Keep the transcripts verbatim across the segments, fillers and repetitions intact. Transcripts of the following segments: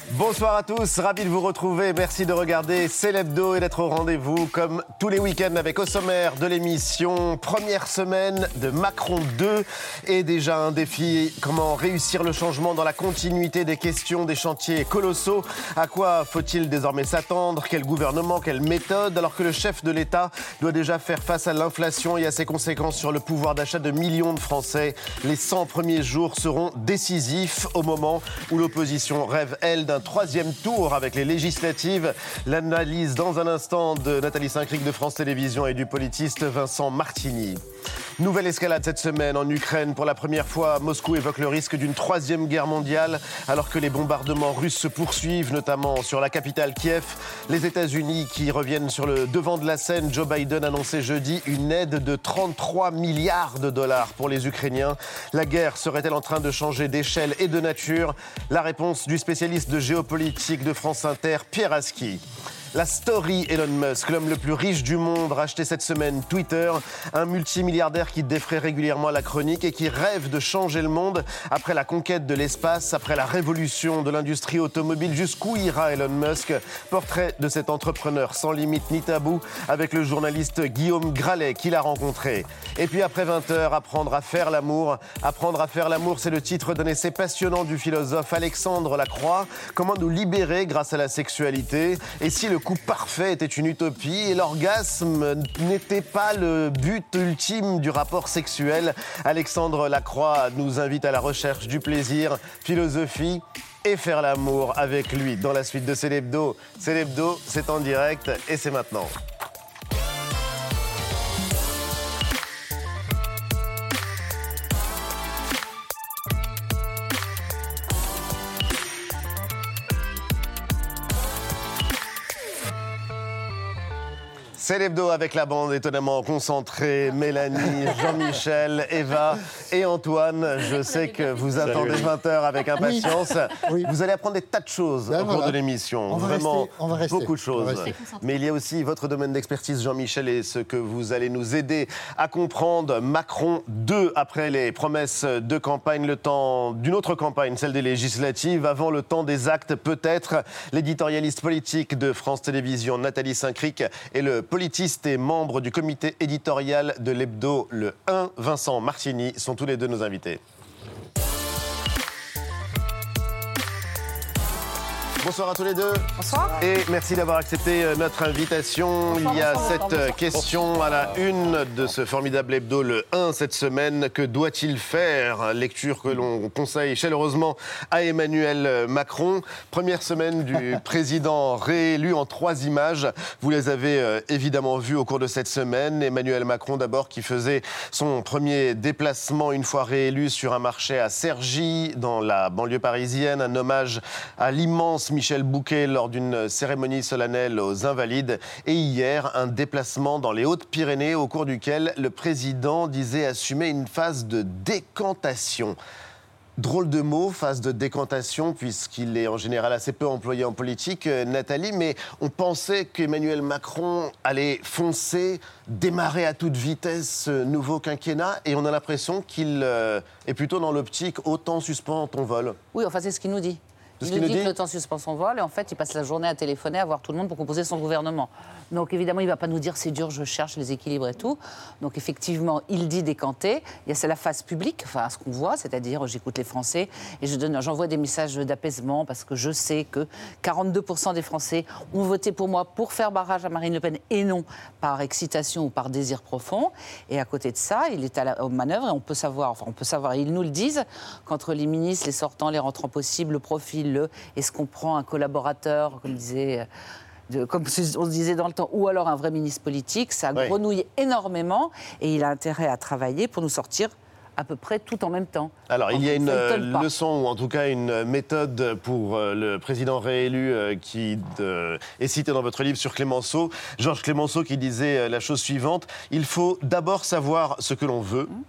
Bonsoir à tous, ravi de vous retrouver. Merci de regarder C'est l'Hebdo et d'être au rendez-vous comme tous les week-ends avec au sommaire de l'émission. Première semaine de Macron deux et déjà un défi. Comment réussir le changement dans la continuité des questions des chantiers colossaux? À quoi faut-il désormais s'attendre? Quel gouvernement? Quelle méthode? Alors que le chef de l'État doit déjà faire face à l'inflation et à ses conséquences sur le pouvoir d'achat de millions de Français. Les cent premiers jours seront décisifs au moment où l'opposition rêve, elle, d'un troisième tour avec les législatives. L'analyse dans un instant de Nathalie Saint-Cric de France Télévisions et du politiste Vincent Martini. Nouvelle escalade cette semaine en Ukraine. Pour la première fois, Moscou évoque le risque d'une troisième guerre mondiale alors que les bombardements russes se poursuivent, notamment sur la capitale Kiev. Les États-Unis qui reviennent sur le devant de la scène. Joe Biden annonçait jeudi une aide de trente-trois milliards de dollars pour les Ukrainiens. La guerre serait-elle en train de changer d'échelle et de nature? La réponse du spécialiste de géopolitique de France Inter, Pierre Aski. La story Elon Musk, l'homme le plus riche du monde, racheté cette semaine Twitter, un multimilliardaire qui défraie régulièrement la chronique et qui rêve de changer le monde après la conquête de l'espace, après la révolution de l'industrie automobile. Jusqu'où ira Elon Musk? Portrait de cet entrepreneur sans limite ni tabou avec le journaliste Guillaume Gralet qui l'a rencontré. Et puis après vingt heures, apprendre à faire l'amour. Apprendre à faire l'amour, c'est le titre d'un essai passionnant du philosophe Alexandre Lacroix. Comment nous libérer grâce à la sexualité? Et si le Le coup parfait était une utopie et l'orgasme n'était pas le but ultime du rapport sexuel. Alexandre Lacroix nous invite à la recherche du plaisir, philosophie et faire l'amour avec lui dans la suite de C'est l'Hebdo. C'est l'Hebdo, c'est en direct et c'est maintenant. C'est l'Hebdo avec la bande étonnamment concentrée. Mélanie, Jean-Michel, Eva et Antoine. Je sais que vous attendez vingt heures avec impatience. Oui. Oui. Vous allez apprendre des tas de choses ben au voilà. cours de l'émission. On Vraiment, rester, on va rester, beaucoup de choses. Mais il y a aussi votre domaine d'expertise, Jean-Michel, et ce que vous allez nous aider à comprendre. Macron deux, après les promesses de campagne, le temps d'une autre campagne, celle des législatives, avant le temps des actes peut-être. L'éditorialiste politique de France Télévisions, Nathalie Saint-Cric, et le politiste et membre du comité éditorial de l'Hebdo, le un, Vincent Martini, sont tous les deux nos invités. Bonsoir à tous les deux. Bonsoir. Et merci d'avoir accepté notre invitation. Bonsoir, Il y a bonsoir, cette bonsoir, question bonsoir. à la une de ce formidable hebdo, le un, cette semaine. Que doit-il faire? Lecture que l'on conseille chaleureusement à Emmanuel Macron. Première semaine du président réélu en trois images. Vous les avez évidemment vues au cours de cette semaine. Emmanuel Macron d'abord qui faisait son premier déplacement une fois réélu sur un marché à Cergy, dans la banlieue parisienne. Un hommage à l'immense Michel Bouquet lors d'une cérémonie solennelle aux Invalides. Et hier, un déplacement dans les Hautes-Pyrénées au cours duquel le président disait assumer une phase de décantation. Drôle de mot, phase de décantation, puisqu'il est en général assez peu employé en politique, Nathalie, mais on pensait qu'Emmanuel Macron allait foncer, démarrer à toute vitesse ce nouveau quinquennat, et on a l'impression qu'il est plutôt dans l'optique « autant suspend ton vol ». Oui, enfin c'est ce qu'il nous dit. Il nous dit, dit que le temps suspend son vol et en fait, il passe la journée à téléphoner, à voir tout le monde pour composer son gouvernement. Donc évidemment, il ne va pas nous dire c'est dur, je cherche les équilibres et tout. Donc effectivement, il dit décanter. Il y a c'est la phase publique, enfin ce qu'on voit, c'est-à-dire j'écoute les Français et je donne, j'envoie des messages d'apaisement parce que je sais que quarante-deux pour cent des Français ont voté pour moi pour faire barrage à Marine Le Pen et non par excitation ou par désir profond. Et à côté de ça, il est à la aux manœuvres et on peut savoir, enfin on peut savoir, ils nous le disent, qu'entre les ministres, les sortants, les rentrants possibles, le profil, le est-ce qu'on prend un collaborateur, comme disait, de, comme on se disait dans le temps, ou alors un vrai ministre politique, ça oui. grenouille énormément et il a intérêt à travailler pour nous sortir à peu près tout en même temps. Alors, donc, il y a une leçon, ou en tout cas une méthode pour le président réélu qui de, est citée dans votre livre sur Clémenceau. Georges Clémenceau qui disait la chose suivante: il faut d'abord savoir ce que l'on veut. Mmh.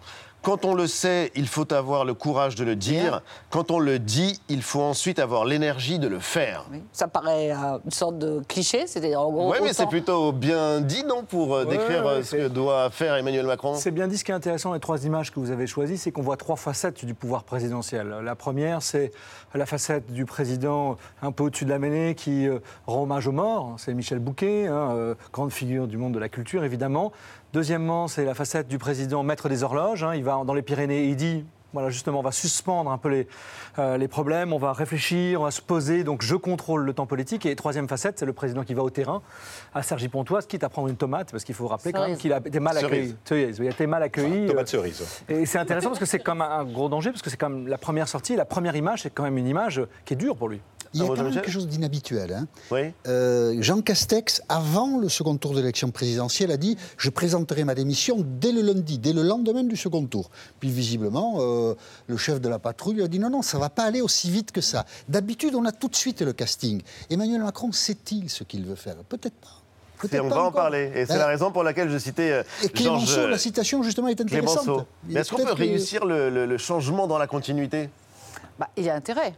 quand on le sait, il faut avoir le courage de le dire. Bien. Quand on le dit, il faut ensuite avoir l'énergie de le faire. Oui. Ça paraît euh, une sorte de cliché. C'est en gros. Oui, autant... mais c'est plutôt bien dit, non, pour euh, décrire ouais, ouais, ce que doit faire Emmanuel Macron. C'est bien dit. Ce qui est intéressant, les trois images que vous avez choisies, c'est qu'on voit trois facettes du pouvoir présidentiel. La première, c'est la facette du président un peu au-dessus de la mêlée qui euh, rend hommage aux morts. C'est Michel Bouquet, hein, euh, grande figure du monde de la culture, évidemment. Deuxièmement, c'est la facette du président maître des horloges. Hein, il va dans les Pyrénées et il dit... Voilà, justement, on va suspendre un peu les, euh, les problèmes, on va réfléchir, on va se poser, donc je contrôle le temps politique. Et troisième facette, c'est le président qui va au terrain, à Cergy-Pontoise, quitte à prendre une tomate, parce qu'il faut rappeler quand même qu'il a été mal accueilli. Cerise. Il a été mal accueilli. Ah, tomate cerise. Et c'est intéressant parce que c'est comme un gros danger, parce que c'est comme la première sortie, la première image, c'est quand même une image qui est dure pour lui. Il y a quand même quelque chose d'inhabituel. Hein. Oui. Euh, Jean Castex, avant le second tour de l'élection présidentielle, a dit « Je présenterai ma démission dès le lundi, dès le lendemain du second tour ». Puis visiblement, euh, le chef de la patrouille a dit « Non, non, ça ne va pas aller aussi vite que ça ». D'habitude, on a tout de suite le casting. Emmanuel Macron sait-il ce qu'il veut faire? Peut-être pas. Peut-être on va encore. en parler. Et c'est ben, la raison pour laquelle je citais euh, Et Clémenceau, Georges, la citation, justement, est intéressante. Clémenceau. Mais est-ce qu'on peut que... réussir le, le, le changement dans la continuité? Bah, il y a intérêt.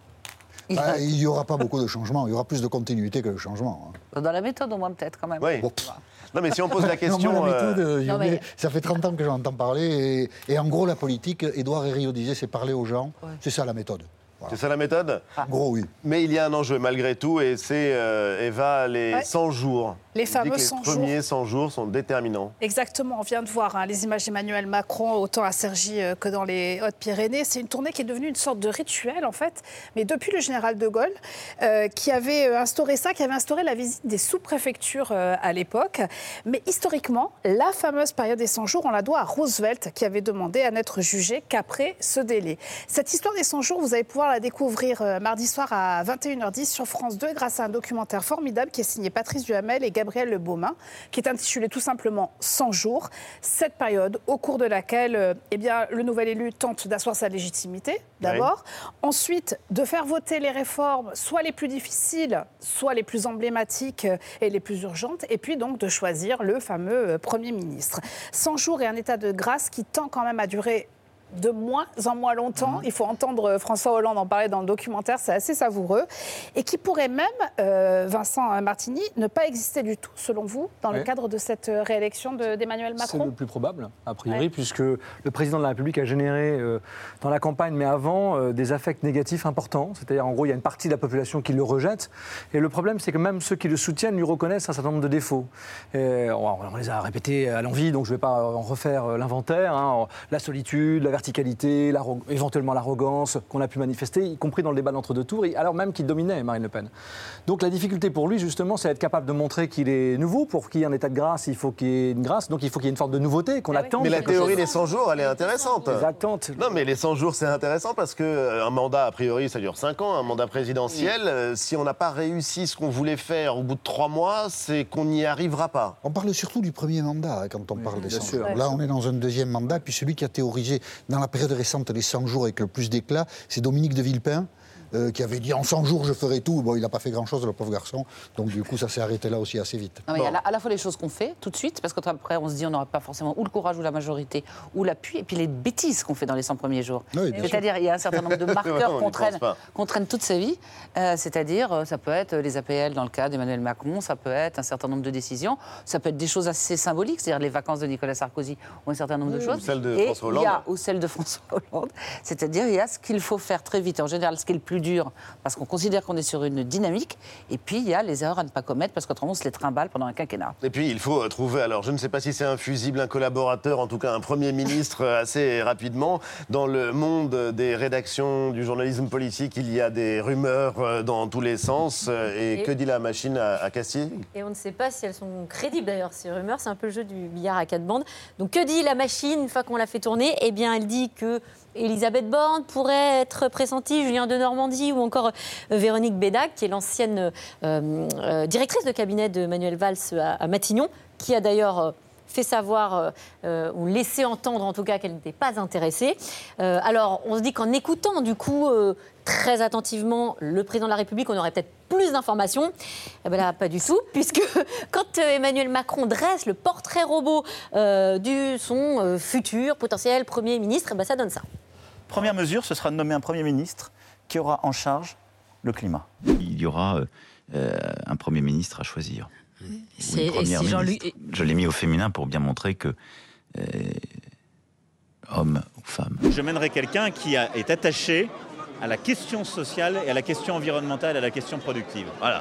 Bah, il n'y aura pas beaucoup de changements, il y aura plus de continuité que de changements. Hein. Dans la méthode, au moins, peut-être, quand même. Oui. Bon. Non, mais si on pose la question... non, moi, la méthode, euh... non, mais... ça fait trente ans que j'en entends parler, et, et en gros, la politique, Édouard Herriot disait, c'est parler aux gens, ouais. C'est ça la méthode. Voilà. C'est ça la méthode? En gros, oui. Mais il y a un enjeu, malgré tout, et c'est, euh, Eva, les ouais. cent jours. Les fameux cent jours. Les premiers cent jours sont déterminants. Exactement, on vient de voir hein, les images d'Emmanuel Macron, autant à Cergy euh, que dans les Hautes-Pyrénées. C'est une tournée qui est devenue une sorte de rituel, en fait, mais depuis le général de Gaulle, euh, qui avait instauré ça, qui avait instauré la visite des sous-préfectures euh, à l'époque. Mais historiquement, la fameuse période des cent jours, on la doit à Roosevelt, qui avait demandé à n'être jugé qu'après ce délai. Cette histoire des cent jours, vous allez pouvoir la découvrir euh, mardi soir à vingt et une heures dix sur France deux, grâce à un documentaire formidable qui est signé Patrice Duhamel et Gabriel Gabriel Le Baumin, qui est intitulé tout simplement cent jours. Cette période au cours de laquelle euh, eh bien, le nouvel élu tente d'asseoir sa légitimité, d'abord. Oui. Ensuite, de faire voter les réformes, soit les plus difficiles, soit les plus emblématiques et les plus urgentes. Et puis donc de choisir le fameux euh, Premier ministre. cent jours et un état de grâce qui tend quand même à durer de moins en moins longtemps. Il faut entendre François Hollande en parler dans le documentaire, c'est assez savoureux. Et qui pourrait même, euh, Vincent Martini, ne pas exister du tout, selon vous, dans ouais. le cadre de cette réélection de, d'Emmanuel Macron? C'est le plus probable, a priori, ouais. puisque le président de la République a généré, euh, dans la campagne, mais avant, euh, des affects négatifs importants. C'est-à-dire, en gros, il y a une partie de la population qui le rejette. Et le problème, c'est que même ceux qui le soutiennent lui reconnaissent un certain nombre de défauts. Et on, on les a répétés à l'envi, donc je ne vais pas en refaire l'inventaire. Hein. La solitude, la verticalité, éventuellement l'arrogance qu'on a pu manifester, y compris dans le débat d'entre-deux tours, alors même qu'il dominait Marine Le Pen. Donc la difficulté pour lui, justement, c'est d'être capable de montrer qu'il est nouveau. Pour qu'il y ait un état de grâce, il faut qu'il y ait une grâce, donc il faut qu'il y ait une forme de nouveauté qu'on ah attend. Mais la théorie des cent jours, elle est intéressante. Les attentes. Non, mais les cent jours, c'est intéressant parce qu'un mandat, a priori, ça dure cinq ans, un mandat présidentiel, oui. euh, si on n'a pas réussi ce qu'on voulait faire au bout de trois mois, c'est qu'on n'y arrivera pas. On parle surtout du premier mandat hein, quand on oui, parle des cent jours. Ouais. Là, on est dans un deuxième mandat, puis celui qui a théorisé dans la période récente les cent jours avec le plus d'éclat, c'est Dominique de Villepin. Euh, qui avait dit en cent jours je ferai tout. Bon, il n'a pas fait grand-chose, le pauvre garçon. Donc du coup, ça s'est arrêté là aussi assez vite. Non, mais bon. Il y a à la fois les choses qu'on fait tout de suite, parce qu'après on se dit on n'aura pas forcément ou le courage ou la majorité ou l'appui, et puis les bêtises qu'on fait dans les cent premiers jours. Oui, c'est-à-dire il y a un certain nombre de marqueurs qu'on traîne, qu'on traîne toute sa vie. Euh, c'est-à-dire ça peut être les A P L dans le cas d'Emmanuel Macron, ça peut être un certain nombre de décisions, ça peut être des choses assez symboliques, c'est-à-dire les vacances de Nicolas Sarkozy ou un certain nombre oui, de choses. Ou celle de et François Hollande. Il y a, ou celle de François Hollande. C'est-à-dire il y a ce qu'il faut faire très vite. En général, ce qui est le plus dur, parce qu'on considère qu'on est sur une dynamique, et puis il y a les erreurs à ne pas commettre, parce qu'autrement on se les trimballe pendant un quinquennat. Et puis il faut trouver, alors je ne sais pas si c'est un fusible, un collaborateur, en tout cas un Premier ministre assez rapidement. Dans le monde des rédactions du journalisme politique, il y a des rumeurs dans tous les sens. Et, et que dit la machine à, à Castier? Et on ne sait pas si elles sont crédibles d'ailleurs, ces rumeurs. C'est un peu le jeu du billard à quatre bandes. Donc que dit la machine une fois qu'on l'a fait tourner? Eh bien elle dit que Elisabeth Borne pourrait être pressentie, Julien Denormandie ou encore euh, Véronique Bédac, qui est l'ancienne euh, euh, directrice de cabinet de Manuel Valls à, à Matignon, qui a d'ailleurs euh, fait savoir euh, ou laissé entendre en tout cas qu'elle n'était pas intéressée. Euh, alors on se dit qu'en écoutant du coup euh, très attentivement le président de la République, on aurait peut-être plus d'informations. Eh bien là, pas du tout, puisque quand Emmanuel Macron dresse le portrait robot euh, de son euh, futur potentiel Premier ministre, eh bien, ça donne ça. Première mesure, ce sera de nommer un Premier ministre qui aura en charge le climat. Il y aura euh, un Premier ministre à choisir. C'est, oui, et si Jean-Luc... Je l'ai mis au féminin pour bien montrer que euh, homme ou femme. Je mènerai quelqu'un qui a, est attaché à la question sociale et à la question environnementale et à la question productive. Voilà.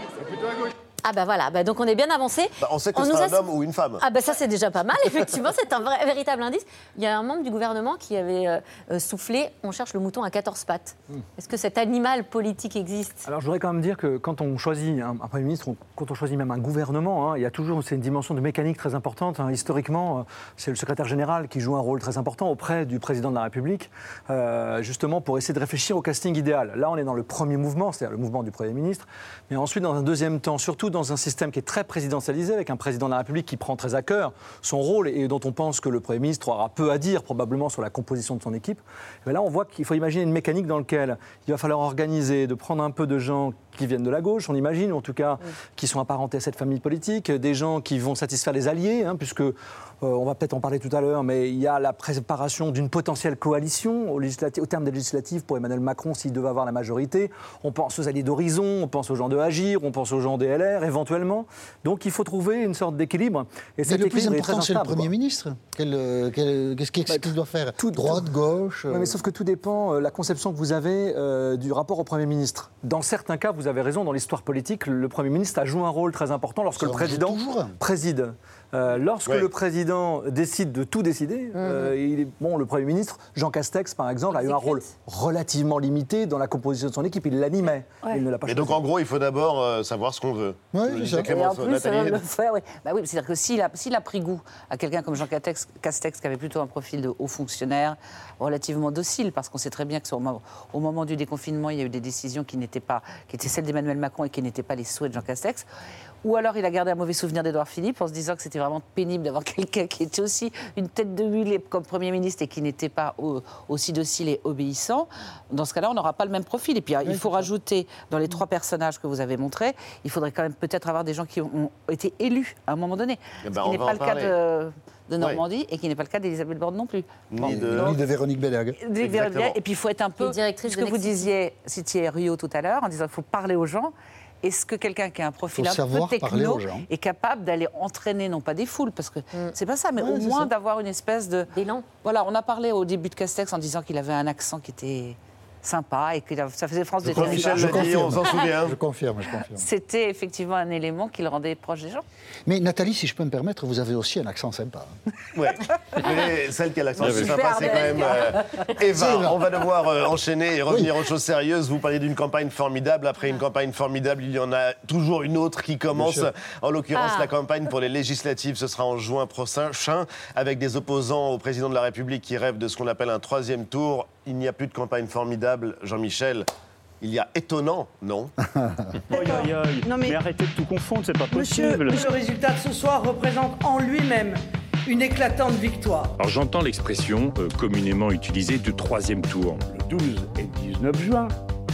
Ah bah voilà, bah donc on est bien avancé. Bah on sait que on c'est nous un a... homme ou une femme. Ah bah ça c'est déjà pas mal, effectivement, c'est un vrai, véritable indice. Il y a un membre du gouvernement qui avait euh, soufflé « on cherche le mouton à quatorze pattes mmh. ». Est-ce que cet animal politique existe ? Alors je voudrais quand même dire que quand on choisit un, un Premier ministre, on, quand on choisit même un gouvernement, hein, il y a toujours c'est une dimension de mécanique très importante. Hein. Historiquement, euh, c'est le secrétaire général qui joue un rôle très important auprès du président de la République, euh, justement pour essayer de réfléchir au casting idéal. Là on est dans le premier mouvement, c'est-à-dire le mouvement du Premier ministre, mais ensuite dans un deuxième temps, surtout dans un système qui est très présidentialisé, avec un président de la République qui prend très à cœur son rôle et dont on pense que le Premier ministre aura peu à dire probablement sur la composition de son équipe. Et là, on voit qu'il faut imaginer une mécanique dans laquelle il va falloir organiser, de prendre un peu de gens qui viennent de la gauche, on imagine, ou en tout cas oui. qui sont apparentés à cette famille politique, des gens qui vont satisfaire les alliés, hein, puisque euh, on va peut-être en parler tout à l'heure, mais il y a la préparation d'une potentielle coalition au, au terme des législatives pour Emmanuel Macron s'il devait avoir la majorité. On pense aux alliés d'Horizon, on pense aux gens de Agir, on pense aux gens des L R éventuellement. Donc il faut trouver une sorte d'équilibre. Et cet le plus important, c'est le Premier ministre. Quel, quel, qu'est-ce qu'il bah, doit faire tout, Droite, gauche euh... ouais, mais sauf que tout dépend, euh, la conception que vous avez euh, du rapport au Premier ministre. Dans certains cas, vous avez raison, dans l'histoire politique, le Premier ministre a joué un rôle très important lorsque Ça le président préside. Euh, lorsque ouais. le président décide de tout décider, mmh. euh, il est, bon, le Premier ministre, Jean Castex, par exemple, a eu un rôle relativement limité dans la composition de son équipe. Il l'animait. Ouais. Il ne l'a pas Et choisi. donc, en gros, il faut d'abord euh, savoir ce qu'on veut. Oui, c'est ça. Et en plus, euh, le faire, oui. Bah oui, c'est-à-dire que s'il a, s'il a pris goût à quelqu'un comme Jean Castex, Castex, qui avait plutôt un profil de haut fonctionnaire, relativement docile, parce qu'on sait très bien que au moment, au moment du déconfinement, il y a eu des décisions qui n'étaient pas, qui étaient celles d'Emmanuel Macron et qui n'étaient pas les souhaits de Jean Castex. Ou alors il a gardé un mauvais souvenir d'Édouard Philippe en se disant que c'était vraiment pénible d'avoir quelqu'un qui était aussi une tête de mule comme Premier ministre et qui n'était pas au, aussi docile et obéissant. Dans ce cas-là, on n'aura pas le même profil. Et puis il faut rajouter, dans les trois personnages que vous avez montrés, il faudrait quand même peut-être avoir des gens qui ont été élus à un moment donné. Eh ben, ce qui n'est pas le cas de... de Normandie oui. et qui n'est pas le cas d'Elisabeth Borne non plus. Ni, bon, de... Ni de Véronique Bédague. Et puis il faut être un peu... Ce que vous disiez, citiez Rio tout à l'heure, en disant qu'il faut parler aux gens. Est-ce que quelqu'un qui a un profil un peu techno est capable d'aller entraîner, non pas des foules, parce que mm. c'est pas ça, mais ouais, au moins ça. D'avoir une espèce de... d'élan. Voilà, on a parlé au début de Castex en disant qu'il avait un accent qui était sympa et que ça faisait France je des territoires. Michel l'a dit, on s'en souvient. Je confirme, je confirme. C'était effectivement un élément qui le rendait proche des gens. Mais Nathalie, si je peux me permettre, vous avez aussi un accent sympa. Hein. Oui, mais celle qui a l'accent sympa, c'est quand même euh, Eva. On va devoir euh, enchaîner et revenir oui. aux choses sérieuses. Vous parliez d'une campagne formidable. Après une campagne formidable, il y en a toujours une autre qui commence. En l'occurrence, ah. la campagne pour les législatives, ce sera en juin prochain, avec des opposants au président de la République qui rêvent de ce qu'on appelle un troisième tour. Il n'y a plus de campagne formidable, Jean-Michel. Il y a étonnant, non? Aïe, aïe, aïe. Non, mais, mais arrêtez de tout confondre, c'est pas possible. Monsieur, le résultat de ce soir représente en lui-même une éclatante victoire. Alors j'entends l'expression euh, communément utilisée du troisième tour. Le douze et dix-neuf juin,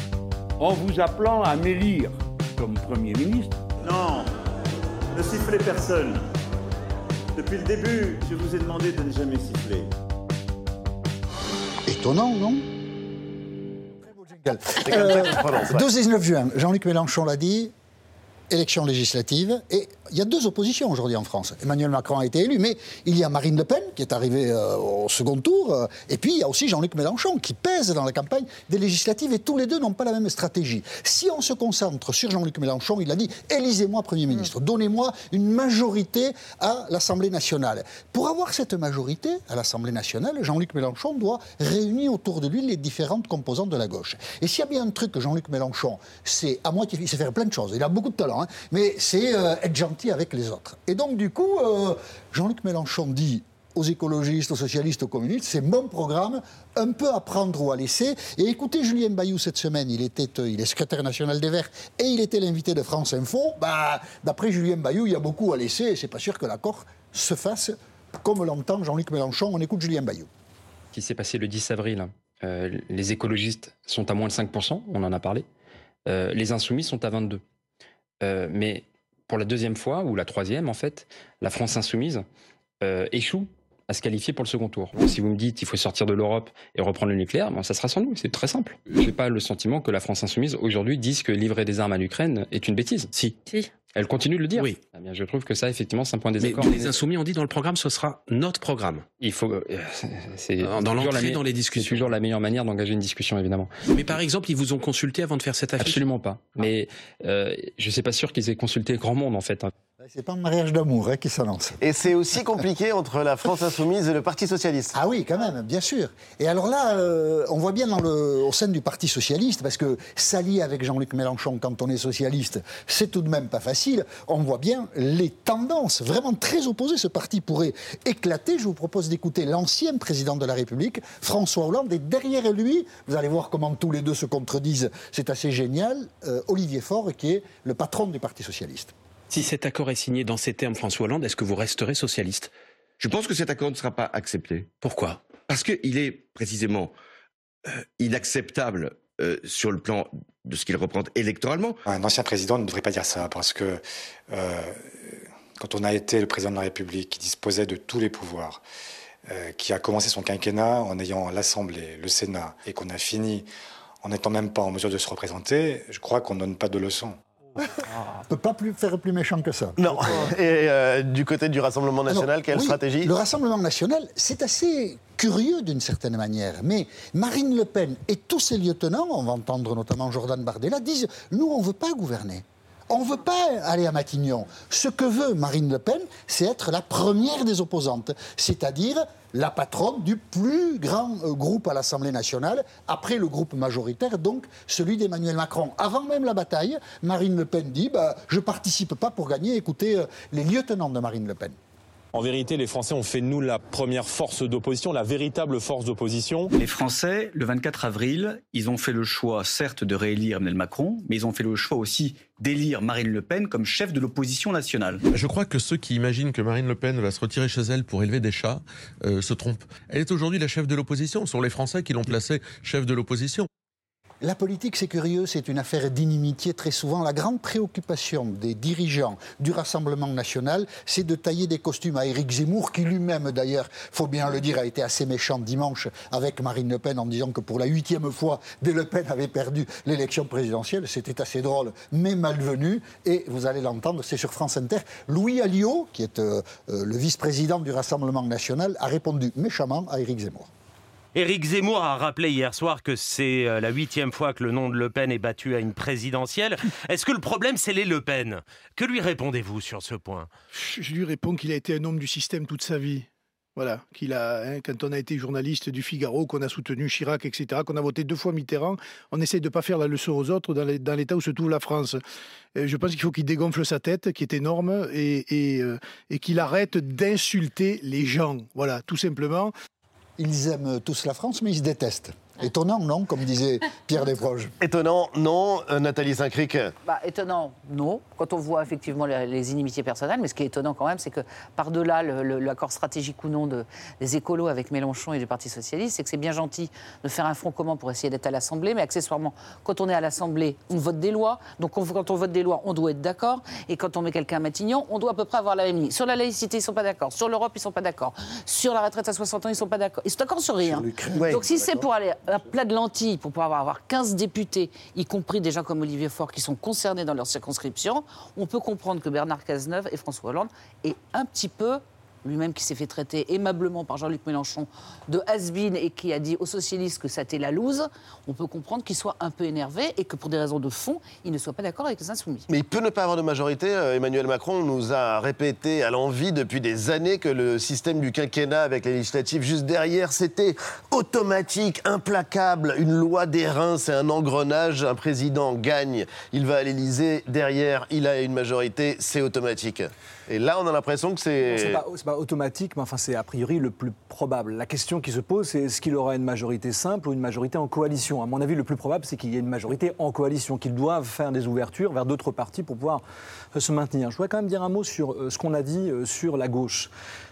en vous appelant à m'élire comme Premier ministre. Non, ne sifflez personne. Depuis le début, je vous ai demandé de ne jamais siffler. Étonnant, non? euh, douze et dix-neuf juin, Jean-Luc Mélenchon l'a dit, élection législative, et il y a deux oppositions aujourd'hui en France. Emmanuel Macron a été élu, mais il y a Marine Le Pen qui est arrivée euh, au second tour, euh, et puis il y a aussi Jean-Luc Mélenchon qui pèse dans la campagne des législatives, et tous les deux n'ont pas la même stratégie. Si on se concentre sur Jean-Luc Mélenchon, il a dit « élisez-moi Premier ministre, mmh. donnez-moi une majorité à l'Assemblée nationale ». Pour avoir cette majorité à l'Assemblée nationale, Jean-Luc Mélenchon doit réunir autour de lui les différentes composantes de la gauche. Et s'il y a bien un truc que Jean-Luc Mélenchon, c'est à moitié, il sait faire plein de choses, il a beaucoup de talent, hein, mais c'est euh, être gentil avec les autres. Et donc, du coup, euh, Jean-Luc Mélenchon dit aux écologistes, aux socialistes, aux communistes, c'est mon programme, un peu à prendre ou à laisser. Et écoutez Julien Bayou cette semaine, il, était, euh, il est secrétaire national des Verts et il était l'invité de France Info. Bah, d'après Julien Bayou, il y a beaucoup à laisser et c'est pas sûr que l'accord se fasse faire comme l'entend Jean-Luc Mélenchon. On écoute Julien Bayou. Ce qui s'est passé le dix avril, euh, les écologistes sont à moins de cinq pour cent, on en a parlé. Euh, les insoumis sont à vingt-deux pour cent. Euh, mais pour la deuxième fois, ou la troisième en fait, la France insoumise euh, échoue à se qualifier pour le second tour. Donc, si vous me dites qu'il faut sortir de l'Europe et reprendre le nucléaire, bon, ça sera sans nous, c'est très simple. Je n'ai pas le sentiment que la France insoumise aujourd'hui dise que livrer des armes à l'Ukraine est une bêtise. Si. Si. Elle continue de le dire. Oui. Eh bien, je trouve que ça, effectivement, c'est un point de désaccord. Mais les Insoumis ont dit dans le programme, ce sera notre programme. Il faut. Euh, c'est dans l'entrée, dans les discussions. C'est toujours la meilleure manière d'engager une discussion, évidemment. Mais par exemple, ils vous ont consulté avant de faire cette affiche? Absolument pas. Mais euh, je ne suis pas sûr qu'ils aient consulté grand monde, en fait. C'est pas un mariage d'amour hein, qui s'annonce. Et c'est aussi compliqué entre la France insoumise et le Parti socialiste. Ah oui, quand même, bien sûr. Et alors là, euh, on voit bien dans le, au sein du Parti socialiste, parce que s'allier avec Jean-Luc Mélenchon quand on est socialiste, c'est tout de même pas facile. On voit bien les tendances vraiment très opposées. Ce parti pourrait éclater. Je vous propose d'écouter l'ancien président de la République, François Hollande, et derrière lui, vous allez voir comment tous les deux se contredisent. C'est assez génial. Euh, Olivier Faure, qui est le patron du Parti socialiste. Si cet accord est signé dans ces termes, François Hollande, est-ce que vous resterez socialiste? Je pense que cet accord ne sera pas accepté. Pourquoi? Parce qu'il est précisément euh, inacceptable euh, sur le plan de ce qu'il représente électoralement. Un ancien président ne devrait pas dire ça, parce que euh, quand on a été le président de la République qui disposait de tous les pouvoirs, euh, qui a commencé son quinquennat en ayant l'Assemblée, le Sénat, et qu'on a fini en n'étant même pas en mesure de se représenter, je crois qu'on ne donne pas de leçons. On ne peut pas plus faire plus méchant que ça. Non. Et euh, du côté du Rassemblement national, Alors, quelle oui, stratégie? Le Rassemblement national, c'est assez curieux d'une certaine manière. Mais Marine Le Pen et tous ses lieutenants, on va entendre notamment Jordan Bardella, disent « Nous, on ne veut pas gouverner. On ne veut pas aller à Matignon. Ce que veut Marine Le Pen, c'est être la première des opposantes, c'est-à-dire la patronne du plus grand euh, groupe à l'Assemblée nationale, après le groupe majoritaire, donc celui d'Emmanuel Macron. Avant même la bataille, Marine Le Pen dit bah, « Je ne participe pas pour gagner. » Écoutez euh, les lieutenants de Marine Le Pen. En vérité, les Français ont fait de nous la première force d'opposition, la véritable force d'opposition. Les Français, le vingt-quatre avril, ils ont fait le choix, certes, de réélire Emmanuel Macron, mais ils ont fait le choix aussi d'élire Marine Le Pen comme chef de l'opposition nationale. Je crois que ceux qui imaginent que Marine Le Pen va se retirer chez elle pour élever des chats euh, se trompent. Elle est aujourd'hui la chef de l'opposition. Ce sont les Français qui l'ont placée chef de l'opposition. La politique, c'est curieux, c'est une affaire d'inimitié très souvent. La grande préoccupation des dirigeants du Rassemblement national, c'est de tailler des costumes à Éric Zemmour, qui lui-même, d'ailleurs, faut bien le dire, a été assez méchant dimanche avec Marine Le Pen en disant que pour la huitième fois, des Le Pen avait perdu l'élection présidentielle. C'était assez drôle, mais malvenu. Et vous allez l'entendre, c'est sur France Inter. Louis Alliot, qui est euh, euh, le vice-président du Rassemblement national, a répondu méchamment à Éric Zemmour. Éric Zemmour a rappelé hier soir que c'est la huitième fois que le nom de Le Pen est battu à une présidentielle. Est-ce que le problème, c'est les Le Pen? Que lui répondez-vous sur ce point? Je lui réponds qu'il a été un homme du système toute sa vie. Voilà, qu'il a, hein, quand on a été journaliste du Figaro, qu'on a soutenu Chirac, et cetera, qu'on a voté deux fois Mitterrand, on essaye de ne pas faire la leçon aux autres dans, les, dans l'état où se trouve la France. Et je pense qu'il faut qu'il dégonfle sa tête, qui est énorme, et, et, euh, et qu'il arrête d'insulter les gens. Voilà, tout simplement. Ils aiment tous la France, mais ils se détestent. Étonnant, non? Comme disait Pierre Desproges. Étonnant, non. Euh, Nathalie Saint-Cric. Bah, étonnant, non. Quand on voit effectivement les, les inimitiés personnelles, mais ce qui est étonnant quand même, c'est que par-delà le, le, l'accord stratégique ou non de, des écolos avec Mélenchon et du Parti socialiste, c'est que c'est bien gentil de faire un front commun pour essayer d'être à l'Assemblée, mais accessoirement, quand on est à l'Assemblée, on vote des lois. Donc on, quand on vote des lois, on doit être d'accord. Et quand on met quelqu'un à Matignon, on doit à peu près avoir la même ligne. Sur la laïcité, ils ne sont pas d'accord. Sur l'Europe, ils ne sont pas d'accord. Sur la retraite à soixante ans, ils ne sont pas d'accord. Ils sont d'accord sur rien. Ouais, Donc si c'est pour aller à plat de lentilles, pour pouvoir avoir quinze députés, y compris des gens comme Olivier Faure, qui sont concernés dans leur circonscription, on peut comprendre que Bernard Cazeneuve et François Hollande aient un petit peu, lui-même qui s'est fait traiter aimablement par Jean-Luc Mélenchon de has-been et qui a dit aux socialistes que c'était la loose, on peut comprendre qu'il soit un peu énervé et que pour des raisons de fond, il ne soit pas d'accord avec les Insoumis. Mais il peut ne pas avoir de majorité. Emmanuel Macron nous a répété à l'envi depuis des années que le système du quinquennat avec les législatives juste derrière, c'était automatique, implacable, une loi d'airain, c'est un engrenage, un président gagne, il va à l'Élysée, derrière, il a une majorité, c'est automatique. Et là, on a l'impression que c'est... C'est pas, c'est pas automatique, mais enfin, c'est a priori le plus probable. La question qui se pose, c'est est-ce qu'il aura une majorité simple ou une majorité en coalition? À mon avis, le plus probable, c'est qu'il y ait une majorité en coalition, qu'ils doivent faire des ouvertures vers d'autres partis pour pouvoir se maintenir. Je voudrais quand même dire un mot sur ce qu'on a dit sur la gauche.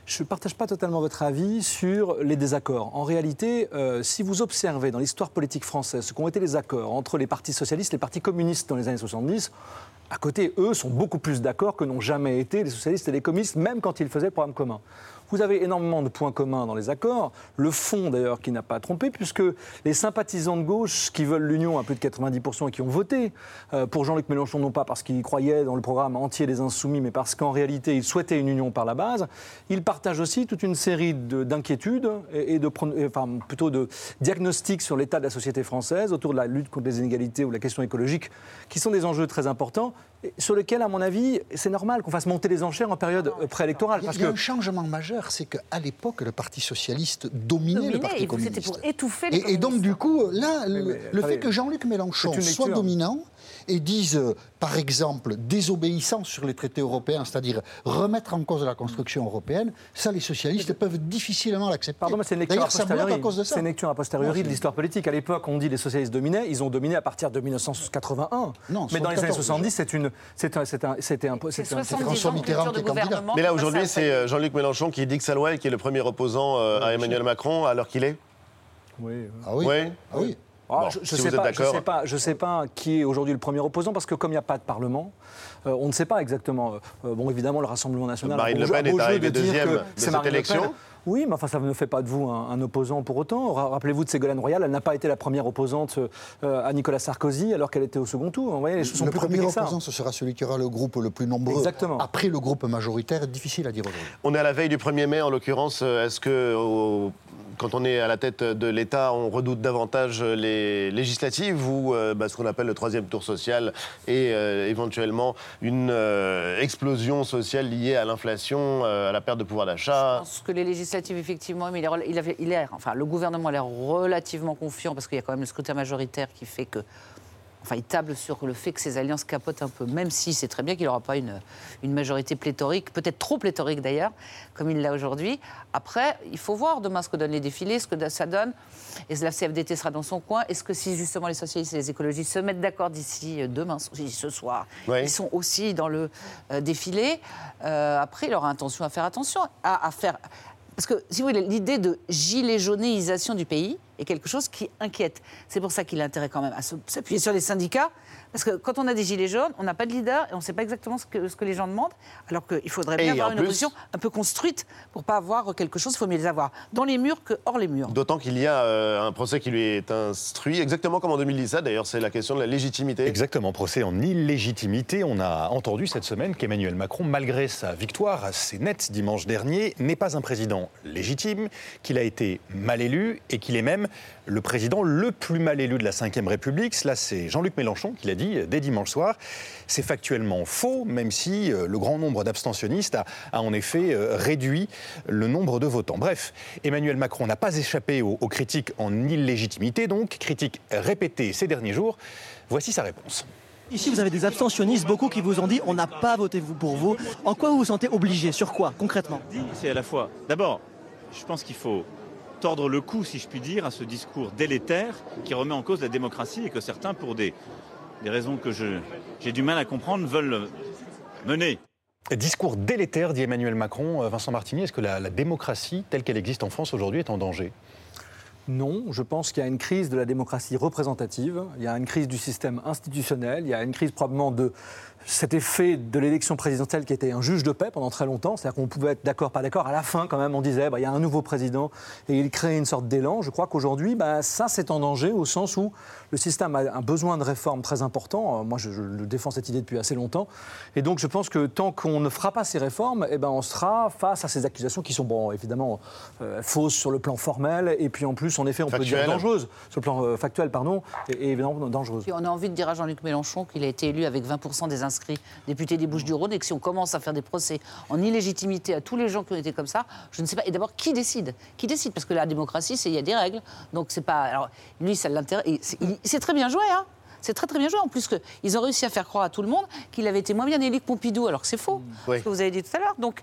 je ne partage pas totalement votre avis sur les désaccords. En réalité, euh, si vous observez dans l'histoire politique française ce qu'ont été les accords entre les partis socialistes et les partis communistes dans les années soixante-dix, à côté, eux sont beaucoup plus d'accord que n'ont jamais été les socialistes et les communistes, même quand ils faisaient le programme commun. Vous avez énormément de points communs dans les accords, le fond d'ailleurs qui n'a pas trompé, puisque les sympathisants de gauche qui veulent l'union à plus de quatre-vingt-dix pour cent et qui ont voté euh, pour Jean-Luc Mélenchon, non pas parce qu'ils croyaient dans le programme entier des Insoumis, mais parce qu'en réalité ils souhaitaient une union par la base, ils partagent aussi toute une série de, d'inquiétudes et, et de, enfin, plutôt de diagnostics sur l'état de la société française, autour de la lutte contre les inégalités ou la question écologique, qui sont des enjeux très importants, sur lesquels, à mon avis, c'est normal qu'on fasse monter les enchères en période préélectorale. Il y a, il y a un changement majeur, c'est qu'à l'époque, le Parti socialiste dominait, dominait le Parti communiste. C'était pour étouffer les et, et donc, du coup, là, mais, le, mais, le allez, fait que Jean-Luc Mélenchon soit dominant et dise, euh, par exemple, désobéissance sur les traités européens, c'est-à-dire remettre en cause la construction européenne, ça, les socialistes peuvent difficilement l'accepter. Pardon, mais c'est une lecture a posteriori. C'est une lecture a posteriori de l'histoire politique. À l'époque, on dit les socialistes dominaient, ils ont dominé à partir de dix-neuf cent quatre-vingt-un. Non, mais dans les années soixante-dix, c'est une, c'est un, c'est un, c'était un, c'est un, François Mitterrand qui est candidat. Mais là, aujourd'hui, c'est Jean-Luc Mélenchon qui dit que Salouel, qui est le premier opposant euh, à Emmanuel Macron, alors qu'il est. Oui. Ah oui. Oui. Ah oui. Ah, bon, je ne si sais, sais, pas, je sais pas qui est aujourd'hui le premier opposant, parce que comme il n'y a pas de Parlement, euh, on ne sait pas exactement. Euh, bon, évidemment, le Rassemblement national... Marine Le Pen est arrivée deuxième de cette élection. Oui, mais enfin, ça ne fait pas de vous un, un opposant pour autant. Rappelez-vous de Ségolène Royal, elle n'a pas été la première opposante euh, à Nicolas Sarkozy alors qu'elle était au second tour. Vous voyez, les choses sont le plus premier opposant, ça. Ce sera celui qui aura le groupe le plus nombreux. Exactement. Après le groupe majoritaire, difficile à dire aujourd'hui. On est à la veille du premier mai, en l'occurrence. Est-ce que, au, quand on est à la tête de l'État, on redoute davantage les législatives ou euh, bah, ce qu'on appelle le troisième tour social et euh, éventuellement une euh, explosion sociale liée à l'inflation, euh, à la perte de pouvoir d'achat? Je pense que les législatives, effectivement, mais il est, il avait, il est, enfin, le gouvernement a l'air relativement confiant parce qu'il y a quand même le scrutin majoritaire qui fait que, enfin, il table sur le fait que ces alliances capotent un peu, même si c'est très bien qu'il n'aura pas une, une majorité pléthorique, peut-être trop pléthorique d'ailleurs, comme il l'a aujourd'hui. Après, il faut voir demain ce que donnent les défilés, ce que ça donne. Et la C F D T sera dans son coin. Est-ce que si justement les socialistes et les écologistes se mettent d'accord d'ici demain, ce soir, oui. Ils sont aussi dans le euh, défilé. Euh, après, il aura intention à faire attention, à, à faire... Parce que, si vous voulez, l'idée de gilet jaunéisation du pays est quelque chose qui inquiète. C'est pour ça qu'il a intérêt quand même à s'appuyer sur les syndicats. Parce que quand on a des gilets jaunes, on n'a pas de leader et on ne sait pas exactement ce que, ce que les gens demandent. Alors qu'il faudrait bien et avoir une plus, opposition un peu construite pour ne pas avoir quelque chose. Il faut mieux les avoir dans les murs que hors les murs. D'autant qu'il y a euh, un procès qui lui est instruit, exactement comme en deux mille dix-sept. D'ailleurs, c'est la question de la légitimité. Exactement, procès en illégitimité. On a entendu cette semaine qu'Emmanuel Macron, malgré sa victoire assez nette dimanche dernier, n'est pas un président légitime, qu'il a été mal élu et qu'il est même le président le plus mal élu de la cinquième République. Cela, c'est Jean-Luc Mélenchon qui l'a dit dès dimanche soir. C'est factuellement faux, même si euh, le grand nombre d'abstentionnistes a, a en effet euh, réduit le nombre de votants. Bref, Emmanuel Macron n'a pas échappé aux, aux critiques en illégitimité, donc critiques répétées ces derniers jours. Voici sa réponse. Ici, vous avez des abstentionnistes, beaucoup qui vous ont dit « on n'a pas voté pour vous ». En quoi vous vous sentez obligé? Sur quoi, concrètement? C'est à la fois... D'abord, je pense qu'il faut tordre le cou, si je puis dire, à ce discours délétère qui remet en cause la démocratie et que certains, pour des, des raisons que je, j'ai du mal à comprendre, veulent mener. Discours délétère, dit Emmanuel Macron. Vincent Martini, est-ce que la, la démocratie telle qu'elle existe en France aujourd'hui est en danger ? Non, je pense qu'il y a une crise de la démocratie représentative, il y a une crise du système institutionnel, il y a une crise probablement de cet effet de l'élection présidentielle qui était un juge de paix pendant très longtemps, c'est-à-dire qu'on pouvait être d'accord, pas d'accord, à la fin quand même on disait bah, il y a un nouveau président et il crée une sorte d'élan. Je crois qu'aujourd'hui bah, ça c'est en danger au sens où le système a un besoin de réforme très important. Moi je, je défends cette idée depuis assez longtemps et donc je pense que tant qu'on ne fera pas ces réformes, eh ben, on sera face à ces accusations qui sont bon, évidemment euh, fausses sur le plan formel et puis en plus en effet on factuel. peut dire dangereuses sur le plan euh, factuel pardon et, et évidemment dangereuses. Et on a envie de dire à Jean-Luc Mélenchon qu'il a été élu avec vingt pour cent des inscrits députés des Bouches-du-Rhône et que si on commence à faire des procès en illégitimité à tous les gens qui ont été comme ça, je ne sais pas. Et d'abord, qui décide Qui décide Parce que la démocratie, c'est il y a des règles. Donc c'est pas. Alors lui, ça l'intéresse. C'est très bien joué, hein. C'est très très bien joué. En plus qu'ils ont réussi à faire croire à tout le monde qu'il avait été moins bien élu que Pompidou, alors que c'est faux. Oui. Ce que vous avez dit tout à l'heure. Donc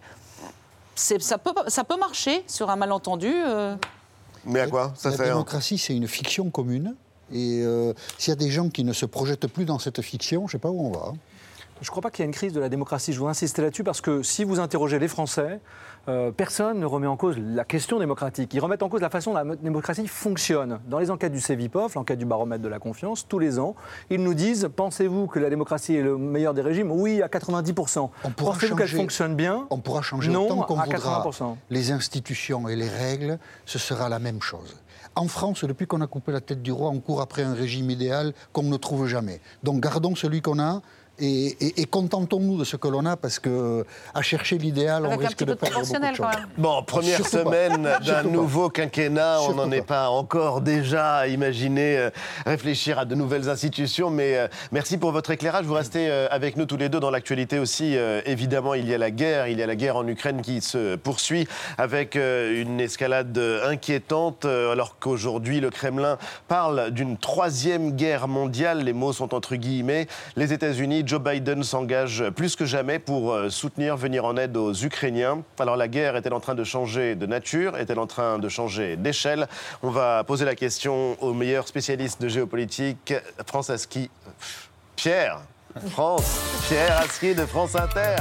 ça peut ça peut marcher sur un malentendu. Euh... Mais à quoi ça La sert démocratie, c'est une fiction commune. Et euh, s'il y a des gens qui ne se projettent plus dans cette fiction, je ne sais pas où on va. Je ne crois pas qu'il y a une crise de la démocratie. Je voudrais insister là-dessus parce que si vous interrogez les Français, euh, personne ne remet en cause la question démocratique. Ils remettent en cause la façon dont la démocratie fonctionne. Dans les enquêtes du Cevipof, l'enquête du baromètre de la confiance, tous les ans, ils nous disent « Pensez-vous que la démocratie est le meilleur des régimes ?» Oui, à quatre-vingt-dix pour cent. Pensez-vous qu'elle fonctionne bien? On pourra changer non, autant qu'on à voudra. quatre-vingts pour cent. Les institutions et les règles, ce sera la même chose. En France, depuis qu'on a coupé la tête du roi, on court après un régime idéal qu'on ne trouve jamais. Donc gardons celui qu'on a. Et, et, et contentons-nous de ce que l'on a, parce qu'à chercher l'idéal, on risque de perdre beaucoup de choses. Bon, première Surtout semaine pas. d'un nouveau quinquennat, on n'en est pas encore déjà à imaginer euh, réfléchir à de nouvelles institutions, mais euh, merci pour votre éclairage. Vous restez euh, avec nous tous les deux dans l'actualité aussi. Euh, évidemment, il y a la guerre, il y a la guerre en Ukraine qui se poursuit avec euh, une escalade inquiétante, euh, alors qu'aujourd'hui, le Kremlin parle d'une troisième guerre mondiale. Les mots sont entre guillemets. Les États-Unis, Joe Biden s'engage plus que jamais pour soutenir, venir en aide aux Ukrainiens. Alors la guerre est-elle en train de changer de nature? Est-elle en train de changer d'échelle? On va poser la question au meilleur spécialiste de géopolitique, France Aski. Pierre, France, Pierre Aski de France Inter.